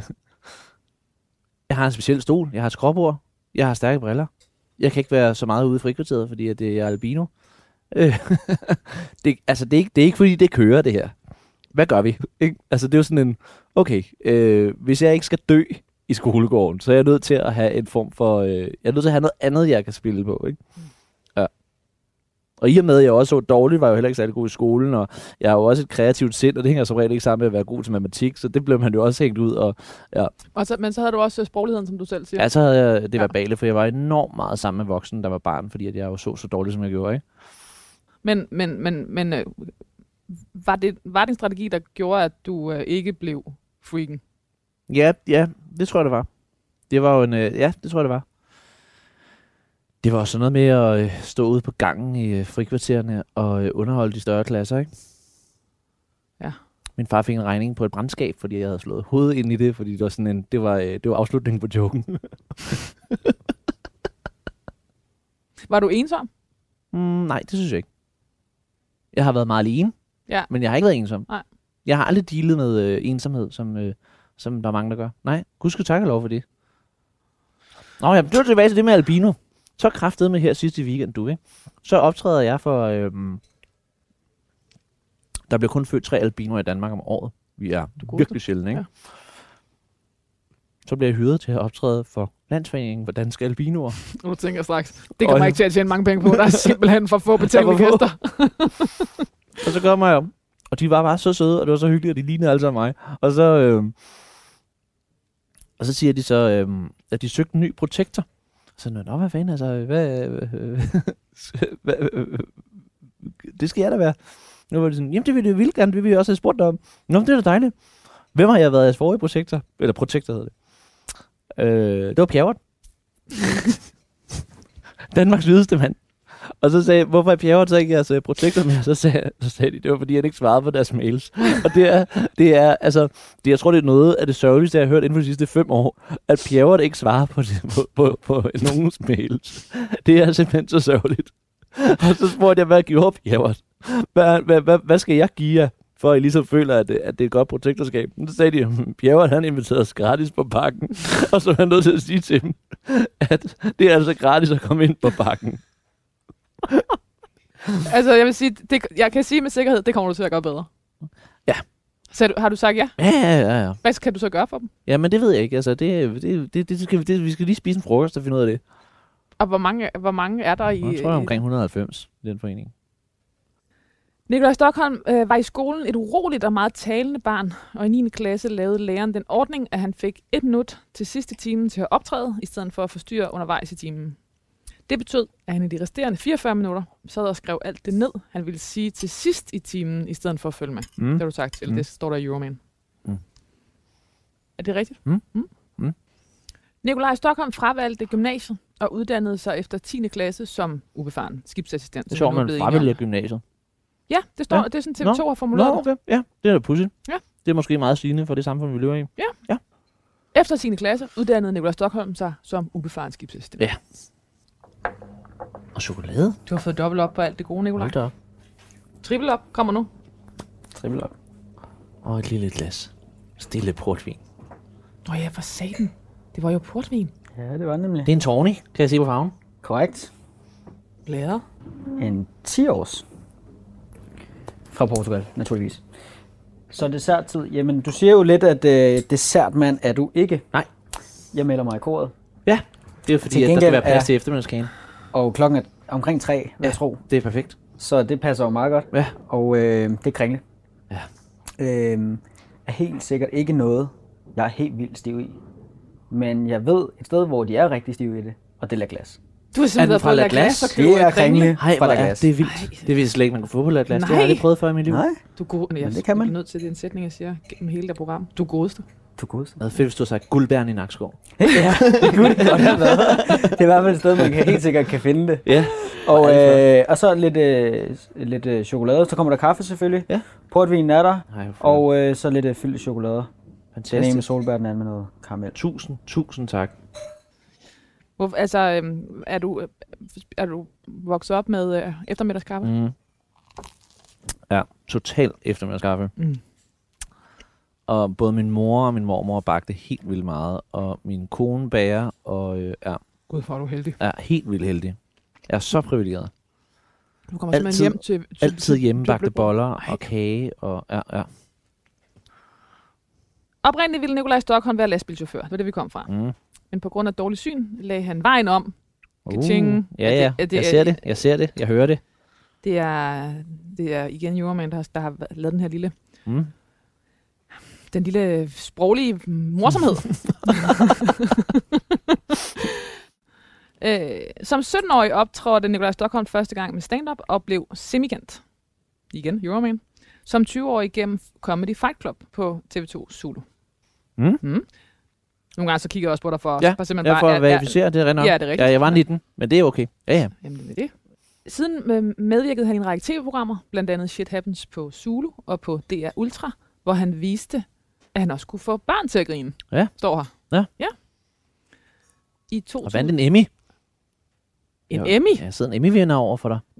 Jeg har en speciel stol, jeg har et skråbord, jeg har stærke briller. Jeg kan ikke være så meget ude i frikvarteret, fordi at jeg er albino. Øh, det, altså, det er, ikke, det er ikke fordi, det kører, det her. Hvad gør vi? Ikke? Altså, det er jo sådan en, okay, øh, hvis jeg ikke skal dø i skolegården, så er jeg nødt til at have en form for, øh, jeg er nødt til at have noget andet, jeg kan spille på, ikke? Ja. Og i og med, at jeg også så dårligt, var jeg jo heller ikke særlig god i skolen, og jeg har jo også et kreativt sind, og det hænger som regel ikke sammen med at være god til matematik, så det blev man jo også hængt ud, og ja. Og så, men så havde du også sprogligheden, som du selv siger. Ja, så havde jeg det Ja. verbale, for jeg var enormt meget sammen med voksne, der var barn, fordi at jeg jo så så dårligt, som jeg gjorde, ikke? Men, men, men, men øh, var, det, var det en strategi, der gjorde, at du øh, ikke blev freaken? Ja, ja, det tror jeg, det var. Det var jo en, øh, ja, det tror jeg, det var. Det var sådan noget med at øh, stå ude på gangen i øh, frikvartererne og øh, underholde de større klasser, ikke? Ja. Min far fik en regning på et brandskab, fordi jeg havde slået hovedet ind i det, fordi det var sådan en, det var, øh, det var afslutningen på joken. Var du ensom? Mm, nej, det synes jeg ikke. Jeg har været meget alene, Ja. men jeg har ikke været ensom. Nej. Jeg har aldrig dealet med øh, ensomhed, som, øh, som der er mange, der gør. Nej, gud skal takke lov for det. Nå ja, det var tilbage til det med albino. Så kraftede med her sidste weekend, du, ikke? Så optræder jeg for... Øh, der bliver kun født tre albinoer i Danmark om året. Vi er virkelig sjældent, ikke? Ja. Så bliver jeg hyret til at optræde for Landsforeningen for Danske Albinoer. Nu tænker jeg straks, det kan man ikke til at tjene mange penge på. Der er simpelthen for få betalende gæster. Og så kommer jeg om. Og de var bare så søde, og det var så hyggeligt, at de lignede alle sammen mig. Og så, øh, og så siger de så, øh, at de søgte en ny protektor. Så nå, hvad fanden, altså, hvad, øh, hvad øh, det skal jeg da være. Nu var det sådan, jamen det vil det vildt gerne, det vil vi også have spurgt dig om. Nå, det er da dejligt. Hvem har jeg været jeres forrige protektor? Eller protektor hedder det. Øh, det var Pjerrot. Danmarks hvideste mand. Og så sagde jeg, hvorfor er Pjerrot så ikke jeres protektor mere? Så sagde, så sagde de, det var fordi, han ikke svarede på deres mails. Og det er, det er altså, det, jeg tror, det er noget af det sørgeligste, jeg har hørt inden for de sidste fem år, at Pjerrot ikke svarer på, det, på, på, på nogens mails. Det er simpelthen så sørgeligt. Og så spurgte jeg, hvad gjorde Pjerrot? Hvad, hvad, hvad, hvad skal jeg give jer, for at I ligesom føler, at det, at det er et godt protektorskab? Så sagde de, at Pjerrot, han inviterede os gratis på Bakken. Og så var jeg nødt til at sige til dem, at det er altså gratis at komme ind på Bakken. Altså, jeg vil sige, det, jeg kan sige med sikkerhed, det kommer du til at gøre bedre. Ja. Så har du sagt ja? Ja, ja, ja, ja. Hvad kan du så gøre for dem? Ja, men det ved jeg ikke. Altså, det, det, det, det skal, vi, det, vi skal lige spise en frokost og finde ud af det. Og hvor mange, hvor mange er der i... Jeg tror, jeg er omkring et hundrede og halvfems i den forening. Nikolaj Stokholm øh, var i skolen et uroligt og meget talende barn, og i niende klasse lavede læreren den ordning, at han fik et minut til sidste time til at optræde, i stedet for at forstyrre undervejs i timen. Det betød, at han i de resterende fireogfyrre minutter sad og skrev alt det ned, han ville sige til sidst i timen, i stedet for at følge med. Mm. Det har du sagt til, mm. det står der i Euroman. Mm. Er det rigtigt? Mm. Mm. Mm. Nikolaj Stokholm fravalgte gymnasiet og uddannede sig efter tiende klasse som ubefaren skibsassistent. Det er sjovt, man fravælger gymnasiet. Ja, det står, ja. Det er sådan T V to har formuleret. Nå, okay. Ja, det er da pudsigt. Ja. Det er måske meget sigende for det samfund, vi lever i. Ja. ja. Efter tiende klasse uddannede Nikolaj Stokholm sig som ubefaren skibsassistent. Ja. Og chokolade. Du har fået dobbelt op på alt det gode, Nikolaj. Hold da op. Triple op kommer nu. Triple op. Og et lille glas. Stille portvin. Nå ja, for satan. Det var jo portvin. Ja, det var nemlig. Det er en Tawny, kan jeg se på farven. Korrekt. Blæder. En ti års. Fra Portugal, naturligvis. Så desserttid. Jamen, du siger jo lidt, at øh, dessertmand er du ikke. Nej. Jeg melder mig i koret. Ja, det er fordi, at der skal være plads til eftermiddagskagen. Og klokken er omkring tre, vil jeg tro. Det er perfekt. Så det passer jo meget godt. Ja. Og øh, det er kringle. Ja. Øh, er helt sikkert ikke noget, jeg er helt vildt stiv i. Men jeg ved et sted, hvor de er rigtig stive i det, og det er La Glace. Du har simpelthen været på La Glace og købt det er kringle Hej, fra La Glace. Det er vildt. Det vidste slet ikke, man kunne få på La Glace. Det har jeg aldrig prøvet før i mit liv. Nej. Du er god. Jeg Men det kan man. er nødt til den sætning, jeg siger gennem hele det program. Du er godeste. Du er godeste. Det er fedt, hvis du har sagt guldbæren i Nakskov. Ja, det kunne det godt have været. Det er i hvert fald et sted, man kan helt sikkert kan finde det. Ja. Og, øh, og så lidt, øh, lidt øh, chokolade. Så kommer der kaffe selvfølgelig. Ja. Portvinen er der. Ej, og øh, så lidt øh, fyldte chokolade. Fantastisk. Den ene med solbær, den anden med noget karamel. Tusind, tusind tak. Hvor, altså, øhm, er, du, er du vokset op med øh, eftermiddagskaffe? Mm. Ja, total eftermiddagskaffe. Mm. Og både min mor og min mormor bagte helt vildt meget. Og min kone bager, og øh, ja, Gud, hvor er du heldig. er helt vildt heldig. Jeg er så privilegeret. Du kommer Altid- simpelthen hjem til... til Altid hjemmebagte til- boller Ej. og kage. Og, ja, ja. Oprindeligt ville Nikolaj Stokholm være lastbilchauffør. Det var det, vi kom fra. Mm. Men på grund af dårlig syn lagde han vejen om. Uh, Ka-ching. ja, Er det- ja. er det- Jeg ser det. Jeg ser det. Jeg hører det. Det er, det er igen Euroman, der har, der har lavet den her lille... Mm. Den lille sproglige morsomhed. øh, som sytten-årig optrådte Nikolaj Stokholm første gang med stand-up og blev semikendt. Igen, Euroman. Som tyve-årig gennem Comedy Fight Club på T V to Zulu. Mm. Mm. Nogle gange så kigger jeg også på dig for, Ja, for simpelthen jeg får bare... at verificere, det er rent nok. Ja, det er rigtigt. Ja, jeg var nitten, men det er okay. Ja, ja. Jamen, det er det. Siden øh, medvirkede han i en række tv-programmer, blandt andet Shit Happens på Zulu og på D R Ultra, hvor han viste, at han også kunne få børn til at grine. Ja. Står her. Ja. Ja. I to Og vandt en Emmy. En Ja, Emmy? Jeg sidder en Emmy-vinder over for dig.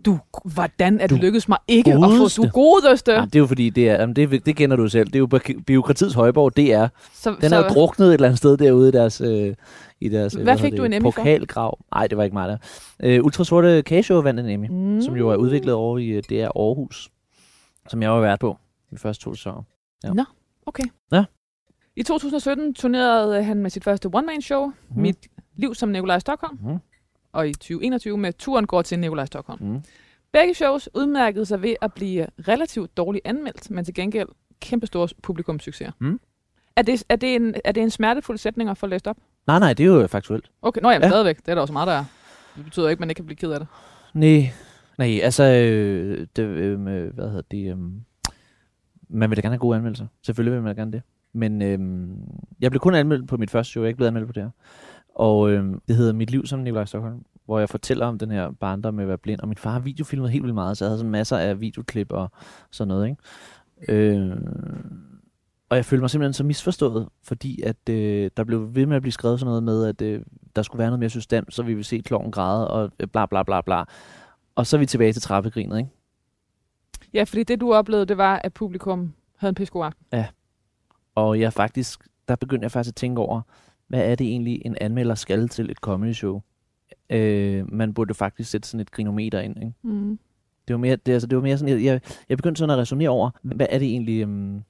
Du, hvordan er det Du lykkedes mig ikke godeste. at få du godeste? Ja, det er jo fordi, det, er, jamen, det, det kender du selv. Det er jo bu- bureaukratiets højborg, det er. Så, Den så, er jo druknet et eller andet sted derude i deres, øh, i deres Hvad fik du en Emmy for? pokalgrav. Nej, det var ikke mig der. Øh, Ultrasorte Kageshow vandt en Emmy, Mm. som jo er udviklet over i øh, D R Aarhus, som jeg var vært på de første to sæsoner. Ja. Nå, okay. Ja. I to tusind og sytten turnerede han med sit første one-man-show, Mhm. Mit liv som Nikolaj Stockholm, Mm. og i tyve enogtyve med Turen går til Nikolaj Stockholm. Mm. Begge shows udmærkede sig ved at blive relativt dårligt anmeldt, men til gengæld kæmpestore publikumssucceser. Mm. Er, det, er, det en, er det en smertefuld sætning at få læst op? Nej, nej, det er jo faktuelt. Okay, nå jamen Ja. ja. stadigvæk. Det er der også meget, der er. Det betyder ikke, at man ikke kan blive ked af det. Nej, nej, altså, øh, det, øh, hvad hedder det, øh, man vil da gerne have gode anmeldelser. Selvfølgelig vil man da gerne det. Men øh, jeg blev kun anmeldt på mit første show, jeg er ikke blevet anmeldt på det her. Og øh, det hedder Mit liv som Nikolaj Stockholm, hvor jeg fortæller om den her barndom med at være blind. Og min far har videofilmet helt vildt meget, så jeg havde sådan masser af videoklip og sådan noget, ikke? Øh, og jeg følte mig simpelthen så misforstået, fordi at øh, der blev ved med at blive skrevet sådan noget med, at øh, der skulle være noget mere system, så vi ville se klovnen græde og øh, bla bla bla bla. Og så er vi tilbage til trappegrinet, ikke? Ja, fordi det du oplevede, det var, at publikum havde en pissegod aften. Og jeg faktisk, der begyndte jeg faktisk at tænke over, hvad er det egentlig, en anmelder skal til et comedy show? Øh, man burde faktisk sætte sådan et grinometer ind, ikke? Mm. Det var mere, det, altså, det var mere sådan, jeg, jeg begyndte sådan at resonere over, hvad er det egentlig, um,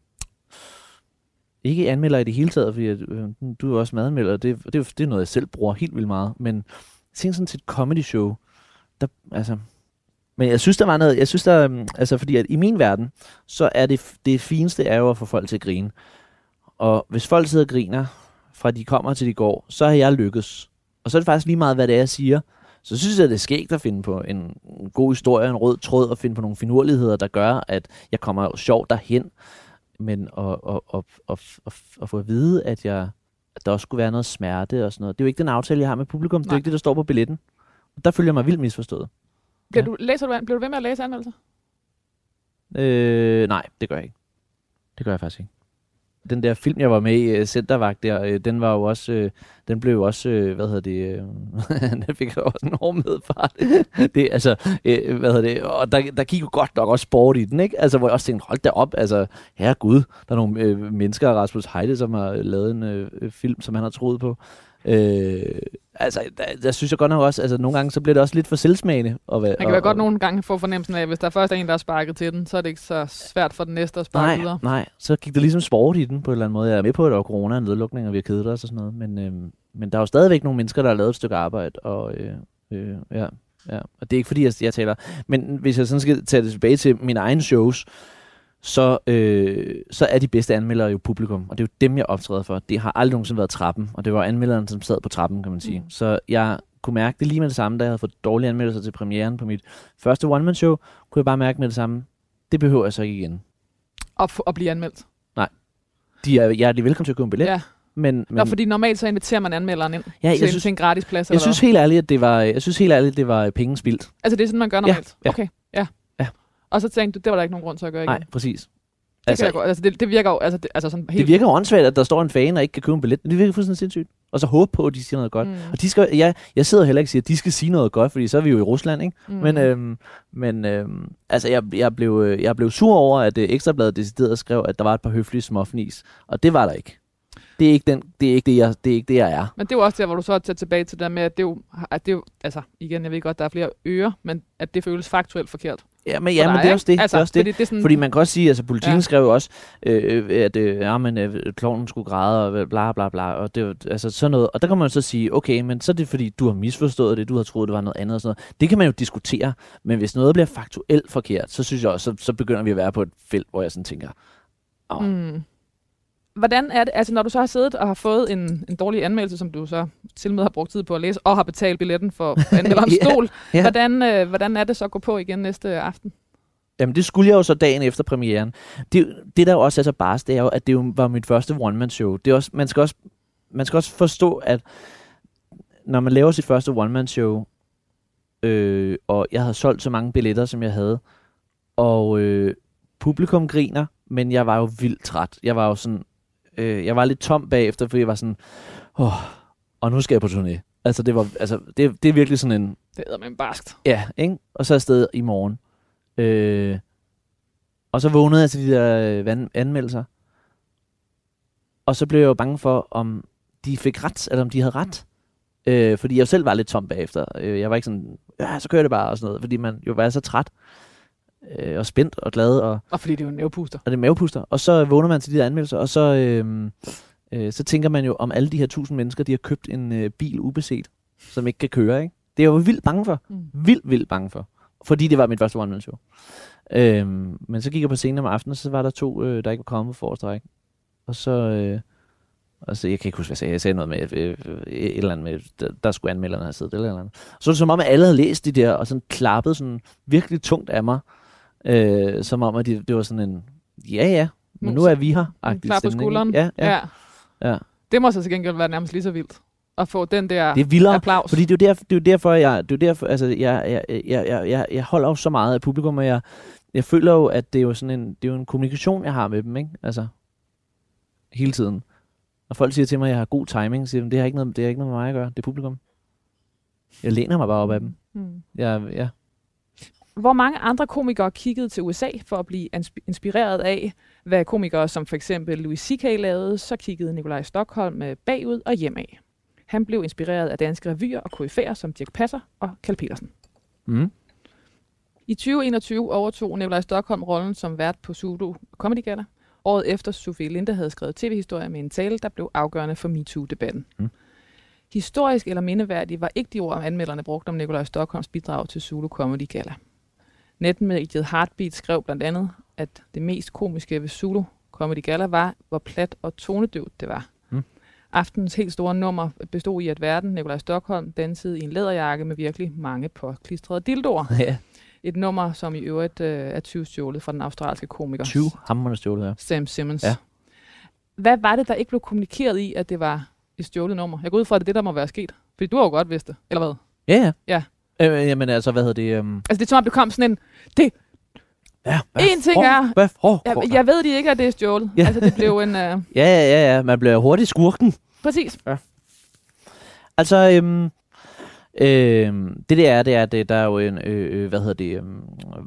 ikke anmelder i det hele taget, fordi at, øh, du er også madanmelder, det, det, det er noget, jeg selv bruger helt vildt meget, men tænk sådan til et comedy show, der, altså, men jeg synes, der var noget, jeg synes, der, um, altså, fordi at i min verden, så er det, det fineste er jo at få folk til at grine. Og hvis folk sidder og griner, fra de kommer til de går, så har jeg lykkes. Og så er det faktisk lige meget, hvad det er, jeg siger. Så synes jeg, det er skægt at finde på en god historie, en rød tråd, og finde på nogle finurligheder, der gør, at jeg kommer sjovt derhen. Men at, at, at, at, at, at få at vide, at, jeg, at der også skulle være noget smerte og sådan noget. Det er jo ikke den aftale, jeg har med publikum. Nej. Det er jo ikke det, der står på billetten. Der følger jeg mig vildt misforstået. Bliver, Ja. du, læser du, bliver du ved med at læse anmeldelser? Øh, nej, det gør jeg ikke. Det gør jeg faktisk ikke. Den der film, jeg var med i, uh, Centervagt der, uh, den var jo også, uh, den blev jo også, uh, hvad hedder det, uh, den fik jo også en hård medfart. det, altså, uh, hvad hedder det, og der, der gik jo godt nok også sport i den, ikke? Altså, hvor jeg også tænkte, hold da op, altså, herregud, der er nogle uh, mennesker, Rasmus Heide, som har lavet en uh, film, som han har troet på. Øh, altså, der, der synes jeg godt nok også, altså nogle gange, så bliver det også lidt for selvsmagende. At være, Man kan være godt nogle gange få fornemmelsen af, at hvis der først er en, der har sparket til den, så er det ikke så svært for den næste at sparke nej, videre. Nej, så gik der ligesom sport i den på en eller anden måde. Jeg er med på, at der var corona og nedlukning, og vi har kedet os og sådan noget. Men, øh, men der er jo stadigvæk nogle mennesker, der har lavet et stykke arbejde. Og, øh, øh, ja, ja. og det er ikke fordi, jeg, jeg taler. Men hvis jeg sådan skal tage det tilbage til mine egne shows, så, øh, så er de bedste anmeldere jo publikum. Og det er jo dem, jeg optræder for. Det har aldrig nogensinde været trappen. Og det var anmelderen, som sad på trappen, kan man sige. Mm. Så jeg kunne mærke det lige med det samme, da jeg havde fået dårlige anmeldelser til premieren på mit første one-man-show. Kunne jeg bare mærke med det samme. Det behøver jeg så ikke igen. Og, f- og blive anmeldt. De er hjertelig velkommen til at købe en billet. Ja. Men, men Nå, fordi normalt så inviterer man anmelderen ind ja, jeg til, synes, til en gratis plads. jeg eller synes hvad? helt ærligt, at det var, jeg synes helt ærligt, det var penge spildt. Altså det er sådan, man gør normalt? ja. Okay, ja. Ja. Og så tænkte du, det var der ikke nogen grund til at gøre igen? Nej, præcis. Det, altså, kan jeg godt, altså, det, det virker jo altså, det, altså sådan helt... Det virker jo åndssvagt, at der står en fan og ikke kan købe en billet. Det virker fuldstændig sindssygt. Og så håbe på, at de siger noget godt. Mm. Og de skal, jeg, jeg sidder heller ikke og siger, at de skal sige noget godt, fordi så er vi jo i Rusland, ikke? Mm. Men, øhm, men øhm, altså, jeg, jeg, blev, jeg blev sur over, at øh, Ekstrabladet decideret skrev, at der var et par høflige småfnis. Og det var der ikke. Det er ikke, den, det er ikke, det, jeg, det er ikke det, jeg er. Men det er jo også der, hvor du så tager tilbage til det med, at det, jo, at det jo, altså igen, jeg ved godt, der er flere ører, men at det føles faktuelt forkert. Ja, men, ja, dig, men det er også det. Altså, det, er også det. Fordi, det er sådan, fordi man kan også sige, altså politikken Ja. skrev jo også, øh, at øh, ja, men, øh, klovnen skulle græde og bla bla bla, og det var, altså sådan noget. Og der kan man så sige, okay, men så er det fordi, du har misforstået det, du har troet, det var noget andet og sådan noget. Det kan man jo diskutere, men hvis noget bliver faktuelt forkert, så synes jeg også, så, så begynder vi at være på et felt, hvor jeg sådan tænker, åh. Mm. Hvordan er det, altså når du så har siddet og har fået en, en dårlig anmeldelse, som du så til med har brugt tid på at læse, og har betalt billetten for anmelderens Ja, stol, ja. hvordan, øh, hvordan er det så at gå på igen næste aften? Jamen det skulle jeg jo så dagen efter premieren. Det, det der jo også er så barsk, det er jo, at det jo var mit første one-man-show. Det er også, man, skal også, man skal også forstå, at når man laver sit første one-man-show, øh, og jeg havde solgt så mange billetter, som jeg havde, og øh, publikum griner, men jeg var jo vildt træt. Jeg var jo sådan, øh, jeg var lidt tom bagefter, fordi jeg var sådan, åh, og nu skal jeg på turné. Altså, det, var, altså det, det er virkelig sådan en... Det hedder man barskt. Ja, ikke? Og så afsted i morgen. Øh, og så vågnede jeg til de der øh, anmeldelser. Og så blev jeg jo bange for, om de fik ret, eller om de havde ret. Øh, fordi jeg selv var lidt tom bagefter. Øh, jeg var ikke sådan, ja, så kører det bare og sådan noget. Fordi man jo var så træt. Øh, og spændt og glad. Og, og fordi det er jo en mavepuster. Og det er mavepuster. Og så vågner man til de der anmeldelser, og så, øh, øh, så tænker man jo, om alle de her tusind mennesker, de har købt en øh, bil ubeset, som ikke kan køre, ikke? Det er jeg jo vildt bange for. Mm. Vildt, vildt bange for. Fordi det var mit første one-man-show. Øh, men så gik jeg på scenen om aftenen, og så var der to, øh, der ikke var kommet for forreste række. Og så... Øh, og så, jeg kan ikke huske, hvad jeg sagde. Jeg sagde noget med øh, et eller andet med, der, der skulle anmelderne have siddet, eller eller andet. Så var det som om, at alle havde læst de der, og sådan klappede sådan virkelig tungt af mig. Øh, som om, at de, det var sådan en, ja ja, men nu er vi her. Klap på skulderen. Ja, ja, ja. ja. Det må så til gengæld være nærmest lige så vildt. At få den der det er vildere, applaus. Fordi det er jo derfor, det er jo derfor, jeg, det er derfor, altså, jeg, jeg, jeg, jeg, jeg, jeg holder jo så meget af publikum, og jeg, jeg føler jo, at det er jo sådan en, det er jo en kommunikation, jeg har med dem, ikke? Altså, hele tiden. Og folk siger til mig, at jeg har god timing, siger de, det har ikke noget, det har ikke noget med mig at gøre, det er publikum. Jeg læner mig bare op af dem. Mm. Jeg, ja. Hvor mange andre komikere kiggede til U S A for at blive inspireret af, hvad komikere som for eksempel Louis C K lavede, så kiggede Nikolaj Stokholm bagud og hjemad. Han blev inspireret af danske revyer og koryfæer som Dirch Passer og Kjeld Petersen. Mm. I tyve enogtyve overtog Nikolaj Stokholm rollen som vært på Zulu Comedy Galla. Året efter Sofie Linde havde skrevet tv-historie med en tale, der blev afgørende for MeToo-debatten. Mm. Historisk eller mindeværdig var ikke de ord, anmelderne brugte om Nikolaj Stokholms bidrag til Zulu Comedy Galla. Netmediet Heartbeat skrev blandt andet, at det mest komiske ved Zulu Comedy Galla var, hvor plat og tonedøvt det var. Mm. Aftenens helt store nummer bestod i, at værten Nikolaj Stokholm dansede i en læderjakke med virkelig mange påklistrede dildoer. Ja. Et nummer, som i øvrigt øh, er tyve-stjålet fra den australske komiker tyve hamrende stjålet, ja. Sam Simmons. Ja. Hvad var det, der ikke blev kommunikeret i, at det var et stjålet nummer? Jeg går ud fra, at det er det, der må være sket. Fordi du har jo godt vidst det, eller hvad? Ja, ja. ja. Øh, jamen altså, hvad hedder det? Um... Altså, det er som om, det kom sådan en... Det... Ja, en ting er... Hvad for? Jeg, jeg ved de ikke, at det er stjålet. Ja. Altså, det blev en... Uh... ja, ja, ja, ja. Man bliver hurtigt skurken. Præcis. Ja. Altså, øhm... Øhm, det der er, det er, det, der er jo en, øh, hvad hedder det, øhm,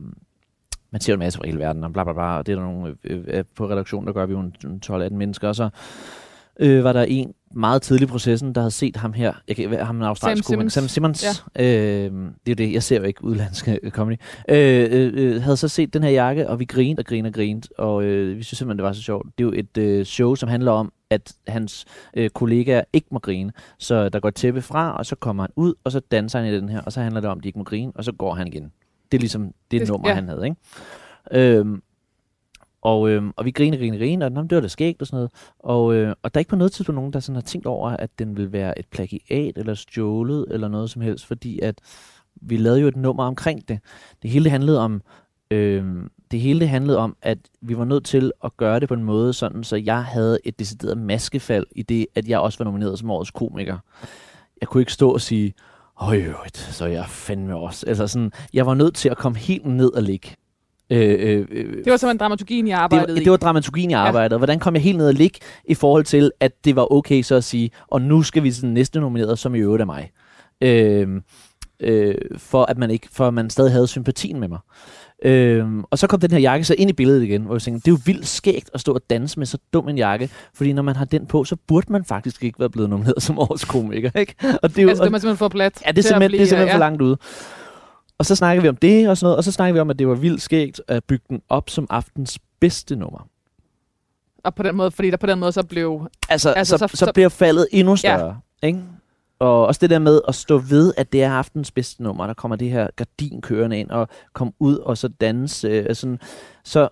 man ser jo en masse fra hele verden, og bla bla bla, og det er der nogle, øh, øh, på redaktionen, der gør vi jo en tolv atten mennesker, og så øh, var der en meget tidlig i processen, der havde set ham her, jeg kan, ham en australsk komiker, Sam Simmons, ja. øh, det er jo det, jeg ser jo ikke udlandske comedy, øh, øh, havde så set den her jakke, og vi grinede og grinede og grinede, og øh, vi synes simpelthen, det var så sjovt. Det er jo et øh, show, som handler om, at hans øh, kollegaer ikke må grine. Så der går et tæppe fra, og så kommer han ud, og så danser han i den her, og så handler det om, at de ikke må grine, og så går han igen. Det er ligesom det, det nummer, ja. Han havde, ikke? Øhm, og, øhm, og vi griner, griner, griner, og jamen, det var da skægt og sådan noget. Og, øh, og der er ikke på noget tidspunkt nogen, der sådan har tænkt over, at den vil være et plagiat, eller stjålet, eller noget som helst, fordi at vi lavede jo et nummer omkring det. Det hele handlede om øhm, Det hele det handlede om, at vi var nødt til at gøre det på en måde, sådan, så jeg havde et decideret maskefald i det, at jeg også var nomineret som årets komiker. Jeg kunne ikke stå og sige, øj, så jeg fandme også. Altså sådan, jeg var nødt til at komme helt ned og ligge. Øh, øh, øh, det var simpelthen dramaturgien, jeg arbejdede det var, det var dramaturgien, jeg arbejdede. Ja. Hvordan kom jeg helt ned og ligge i forhold til, at det var okay så at sige, og nu skal vi til den næste nomineret, som i øvrigt er mig. Øh, øh, for, at man ikke, for at man stadig havde sympatien med mig. Øhm, og så kom den her jakke så ind i billedet igen, hvor jeg tænkte, det er jo vildt skægt at stå og danse med så dum en jakke, fordi når man har den på, så burde man faktisk ikke være blevet nomineret som årets komiker, ikke? Og det er jo, altså det er man simpelthen for plat. Ja, det er simpelthen, blive, det er simpelthen ja. for langt ude. Og så snakker vi om det og sådan noget, og så snakker vi om, at det var vildt skægt at bygge den op som aftens bedste nummer. Og på den måde, fordi der på den måde så blev... Altså, altså så, så, så bliver faldet endnu større, ja. Ikke? Og også det der med at stå ved, at det er aftens bedste nummer. Der kommer det her gardin kørende ind og komme ud og så danse. Øh, sådan. Så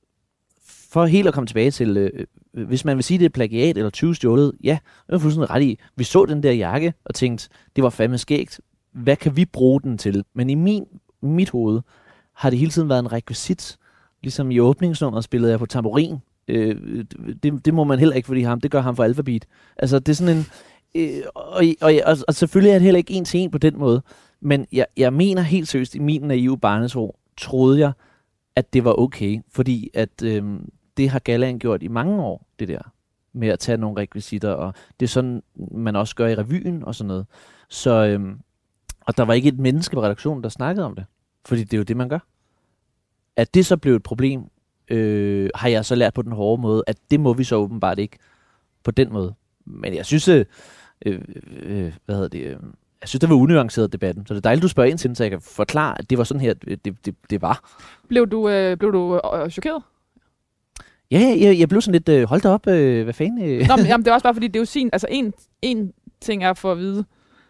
for helt at komme tilbage til, øh, hvis man vil sige, det er plagiat eller tyve stjålet, ja, det er fuldstændig ret i. Vi så den der jakke og tænkte, det var fandme skægt. Hvad kan vi bruge den til? Men i min, mit hoved har det hele tiden været en rekvisit. Ligesom i åbningsnummeret spillede jeg på tamburin. Øh, det, det må man heller ikke, fordi ham, det gør ham for Alphabet. Altså, det er sådan en... Øh, og, og, og, og selvfølgelig er det heller ikke en til en på den måde, men jeg, jeg mener helt seriøst, i min naive barnetro, troede jeg, at det var okay, fordi at øh, det har gallaen gjort i mange år, det der. med at tage nogle rekvisitter, og det er sådan, man også gør i revyen og sådan noget. Så, øhm, og der var ikke et menneske på redaktionen, der snakkede om det, fordi det er jo det, man gør. At det så blev et problem, øh, har jeg så lært på den hårde måde, at det må vi så åbenbart ikke på den måde. Men jeg synes, øh, øh, øh, hvad hedder det, øh, jeg synes, det var unuanceret debatten. Så det er dejligt, du spørger ind til den, så jeg kan forklare, at det var sådan her, det, det, det var. Blev du, øh, blev du øh, chokeret? Ja, jeg, jeg blev sådan lidt, øh, hold da op, øh, hvad fanden? Øh? Nå, men jamen, det er også bare fordi, det er jo sin, altså en, en ting er for at vide,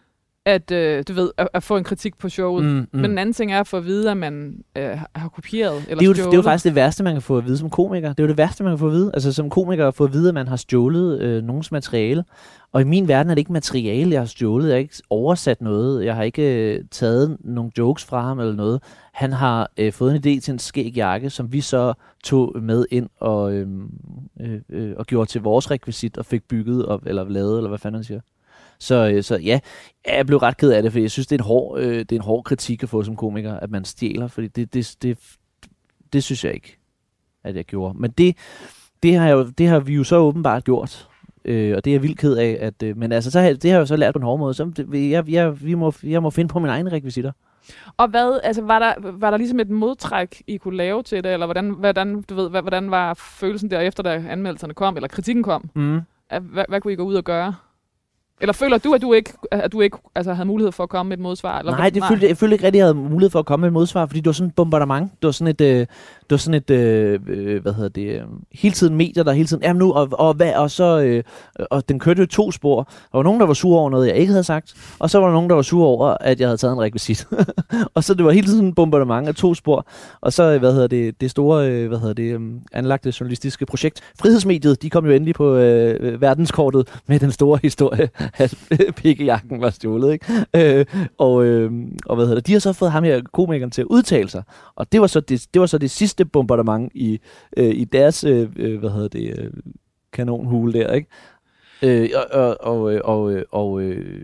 at øh, du ved, at, at få en kritik på showet. Mm, mm. Men en anden ting er for at vide, at man øh, har kopieret eller det er, jo, stjålet. det er jo faktisk det værste, man kan få at vide som komiker. Det er jo det værste, man kan få at vide. Altså som komiker at få at vide, at man har stjålet øh, nogens materiale. Og i min verden er det ikke materiale, jeg har stjålet. Jeg har ikke oversat noget. Jeg har ikke øh, taget nogle jokes fra ham eller noget. Han har øh, fået en idé til en skæg jakke, som vi så tog med ind og, øh, øh, øh, og gjorde til vores rekvisit og fik bygget op, eller lavet, eller hvad fanden man siger. Så, så ja, jeg blev ret ked af det, for jeg synes, det er en hård, øh, det er en hård kritik at få som komiker, at man stjæler, fordi det, det, det, det synes jeg ikke, at jeg gjorde. Men det, det, har, jeg jo, det har vi jo så åbenbart gjort, øh, og det er jeg vildt ked af. At, øh, men altså, så har, det har jeg jo så lært på en hård måde, så det, jeg, jeg, vi må, jeg må finde på mine egne rekvisitter. Og hvad, altså, var der, var der ligesom et modtræk, I kunne lave til det, eller hvordan, hvordan, du ved, hvordan var følelsen derefter, da anmeldelserne kom, eller kritikken kom? Mm. Hvad, hvad kunne I gå ud og gøre? Eller føler du, at du ikke, at du ikke altså, havde mulighed for at komme med et modsvar? Eller Nej, det følte, jeg følte ikke rigtig, at jeg havde mulighed for at komme med et modsvar, fordi det var sådan et bombardement. Det var sådan et, øh, det var sådan et øh, øh, hvad hedder det, øh, hele tiden medier, der hele tiden, jamen nu, og, og, hvad, og så, øh, og den kørte jo to spor. Der var nogen, der var sure over noget, jeg ikke havde sagt, og så var der nogen, der var sure over, at jeg havde taget en rekvisit. Og så det var hele tiden et bombardement af to spor. Og så, hvad hedder det, det store, øh, hvad hedder det, øh, anlagte journalistiske projekt, Frihedsmediet, de kom jo endelig på øh, verdenskortet med den store historie, at pikkejakken var stjålet, ikke? Øh, og, øh, og hvad hedder det? De har så fået ham her komikeren til at udtale sig, og det var så det, det var så det sidste bombardement i øh, i deres øh, hvad hedder det øh, kanonhule der, ikke? Øh, og og og og, og øh,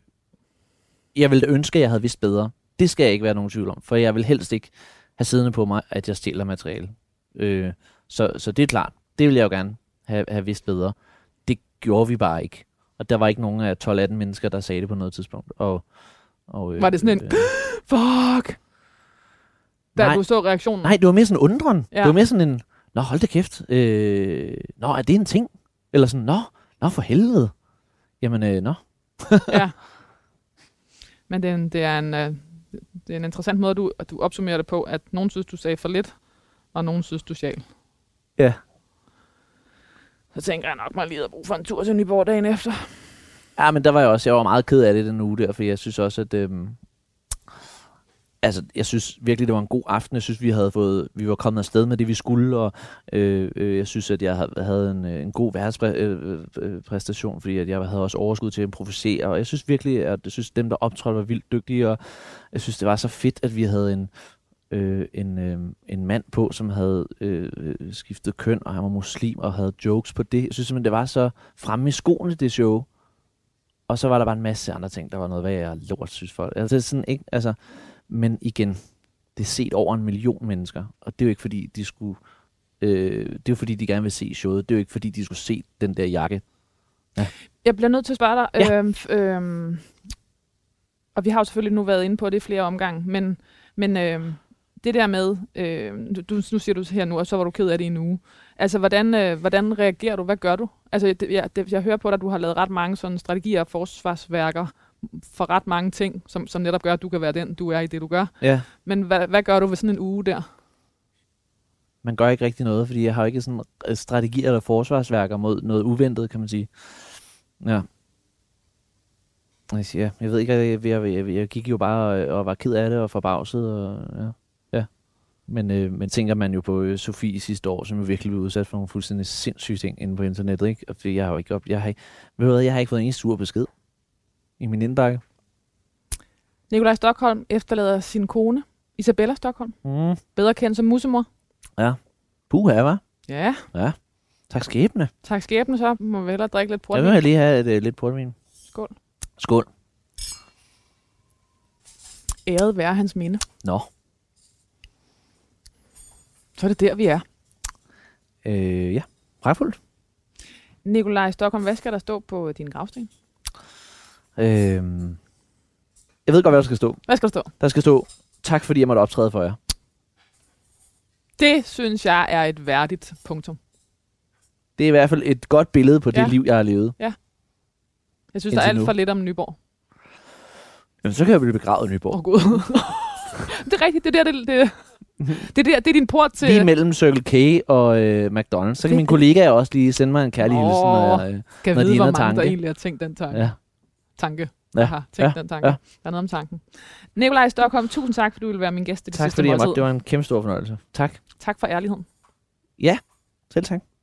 jeg ville ønske, at jeg havde vidst bedre. Det skal jeg ikke være nogen tvivl om, for jeg vil helst ikke have siddende på mig, at jeg stjæler materiale. Øh, så så det er klart. Det vil jeg jo gerne have, have vidst bedre. Det gjorde vi bare ikke. Og der var ikke nogen af tolv atten mennesker, der sagde det på noget tidspunkt. Og, og, øh, var det sådan en, øh, fuck, da nej, du så reaktionen? Nej, det var mere sådan en undren. Ja. Det var mere sådan en, nå, hold da kæft. Øh, nå, er det en ting? Eller sådan, nå, nå for helvede. Jamen, øh, nå. Ja. Men det er en, det er en, øh, det er en interessant måde, du, at du opsummerer det på, at nogen synes, du sagde for lidt, og nogen synes, du stjal. Ja. Så tænker jeg nok, mig lige at bruge for en tur til Nyborg dagen efter. Ja, men der var jeg også, jeg var meget ked af det den uge der, for jeg synes også, at øhm, altså, jeg synes virkelig, det var en god aften. Jeg synes, vi havde fået, vi var kommet afsted med det, vi skulle, og øh, øh, jeg synes, at jeg havde en, en god værtspræstation, øh, fordi at jeg havde også overskud til at improvisere, og jeg synes virkelig, at jeg synes, dem, der optrådte, var vildt dygtige, og jeg synes, det var så fedt, at vi havde en Øh, en, øh, en mand på, som havde øh, skiftet køn, og han var muslim, og havde jokes på det. Jeg synes simpelthen, det var så fremme i skoene, det show. Og så var der bare en masse andre ting, der var noget, hvad jeg lort synes folk. Altså, det er sådan, ikke? Altså, men igen, det er set over en million mennesker, og det er jo ikke fordi, de skulle øh, det er jo fordi, de gerne vil se showet. Det er jo ikke fordi, de skulle se den der jakke. Ja. Jeg bliver nødt til at spørge dig, Ja. øhm, øhm, og vi har jo selvfølgelig nu været inde på det i flere omgange, men, men øhm, det der med, øh, du, nu siger du her nu, og så var du ked af det i en uge. Altså, hvordan, øh, hvordan reagerer du? Hvad gør du? Altså, det, jeg, det, jeg hører på dig, at du har lavet ret mange sådan strategier og forsvarsværker for ret mange ting, som, som netop gør, at du kan være den, du er i det, du gør. Ja. Men hvad, hvad gør du ved sådan en uge der? Man gør ikke rigtig noget, fordi jeg har ikke sådan strategier eller forsvarsværker mod noget uventet, kan man sige. Ja. Ja, jeg ved ikke, jeg, jeg, jeg, jeg gik jo bare og var ked af det og forbavset, og ja. ja. Men, øh, men tænker man jo på øh, Sofie sidste år, som jo virkelig blev udsat for nogle fuldstændig sindssyge ting inde på internettet, ikke? Og fordi jeg har jo ikke op, jeg har ikke, ved du hvad, jeg har ikke fået en eneste sur besked i min indbakke. Nikolaj Stokholm efterlader sin kone, Isabella Stokholm, Mm. bedre kendt som Musemor. Ja. Puha, hva'? Ja, Ja. Tak skæbne. tak skæbne, så må vi hellere drikke lidt Jeg portvin. vil lige have et, uh, lidt portvin. Skål. Skål. Æret være hans minde. Nå. Så er det der, vi er. Øh, ja. Pragtfuldt. Nikolaj Stokholm, hvad skal der stå på din gravsten? Øhm, jeg ved godt, hvad der skal stå. Hvad skal der stå? Der skal stå, tak fordi jeg måtte optræde for jer. Det synes jeg er et værdigt punktum. Det er i hvert fald et godt billede på det Ja. liv, jeg har levet. Jeg synes, Indtil der er alt nu. for lidt om Nyborg. Jamen, så kan jeg blive begravet i Nyborg. Åh, oh, Gud. Det er rigtigt. Det er, der, det, det, det, er der, det er din port til... Lige mellem Circle K og øh, McDonald's. Så kan mine kollegaer også lige sende mig en kærlig Åh, hilsen, når, jeg, øh, kan når de vide, hvor ender mange tanke. der egentlig har tænkt den tanke. Ja. tanke. Ja. Jeg har tænkt Ja. den tanke. Ja. Der er noget om tanken. Nikolaj Stokholm, tusind tak, fordi du ville være min gæst i det Tak sidste fordi jeg måltid. måtte. Det var en kæmpe stor fornøjelse. Tak. Tak for ærligheden. Ja, selv tak.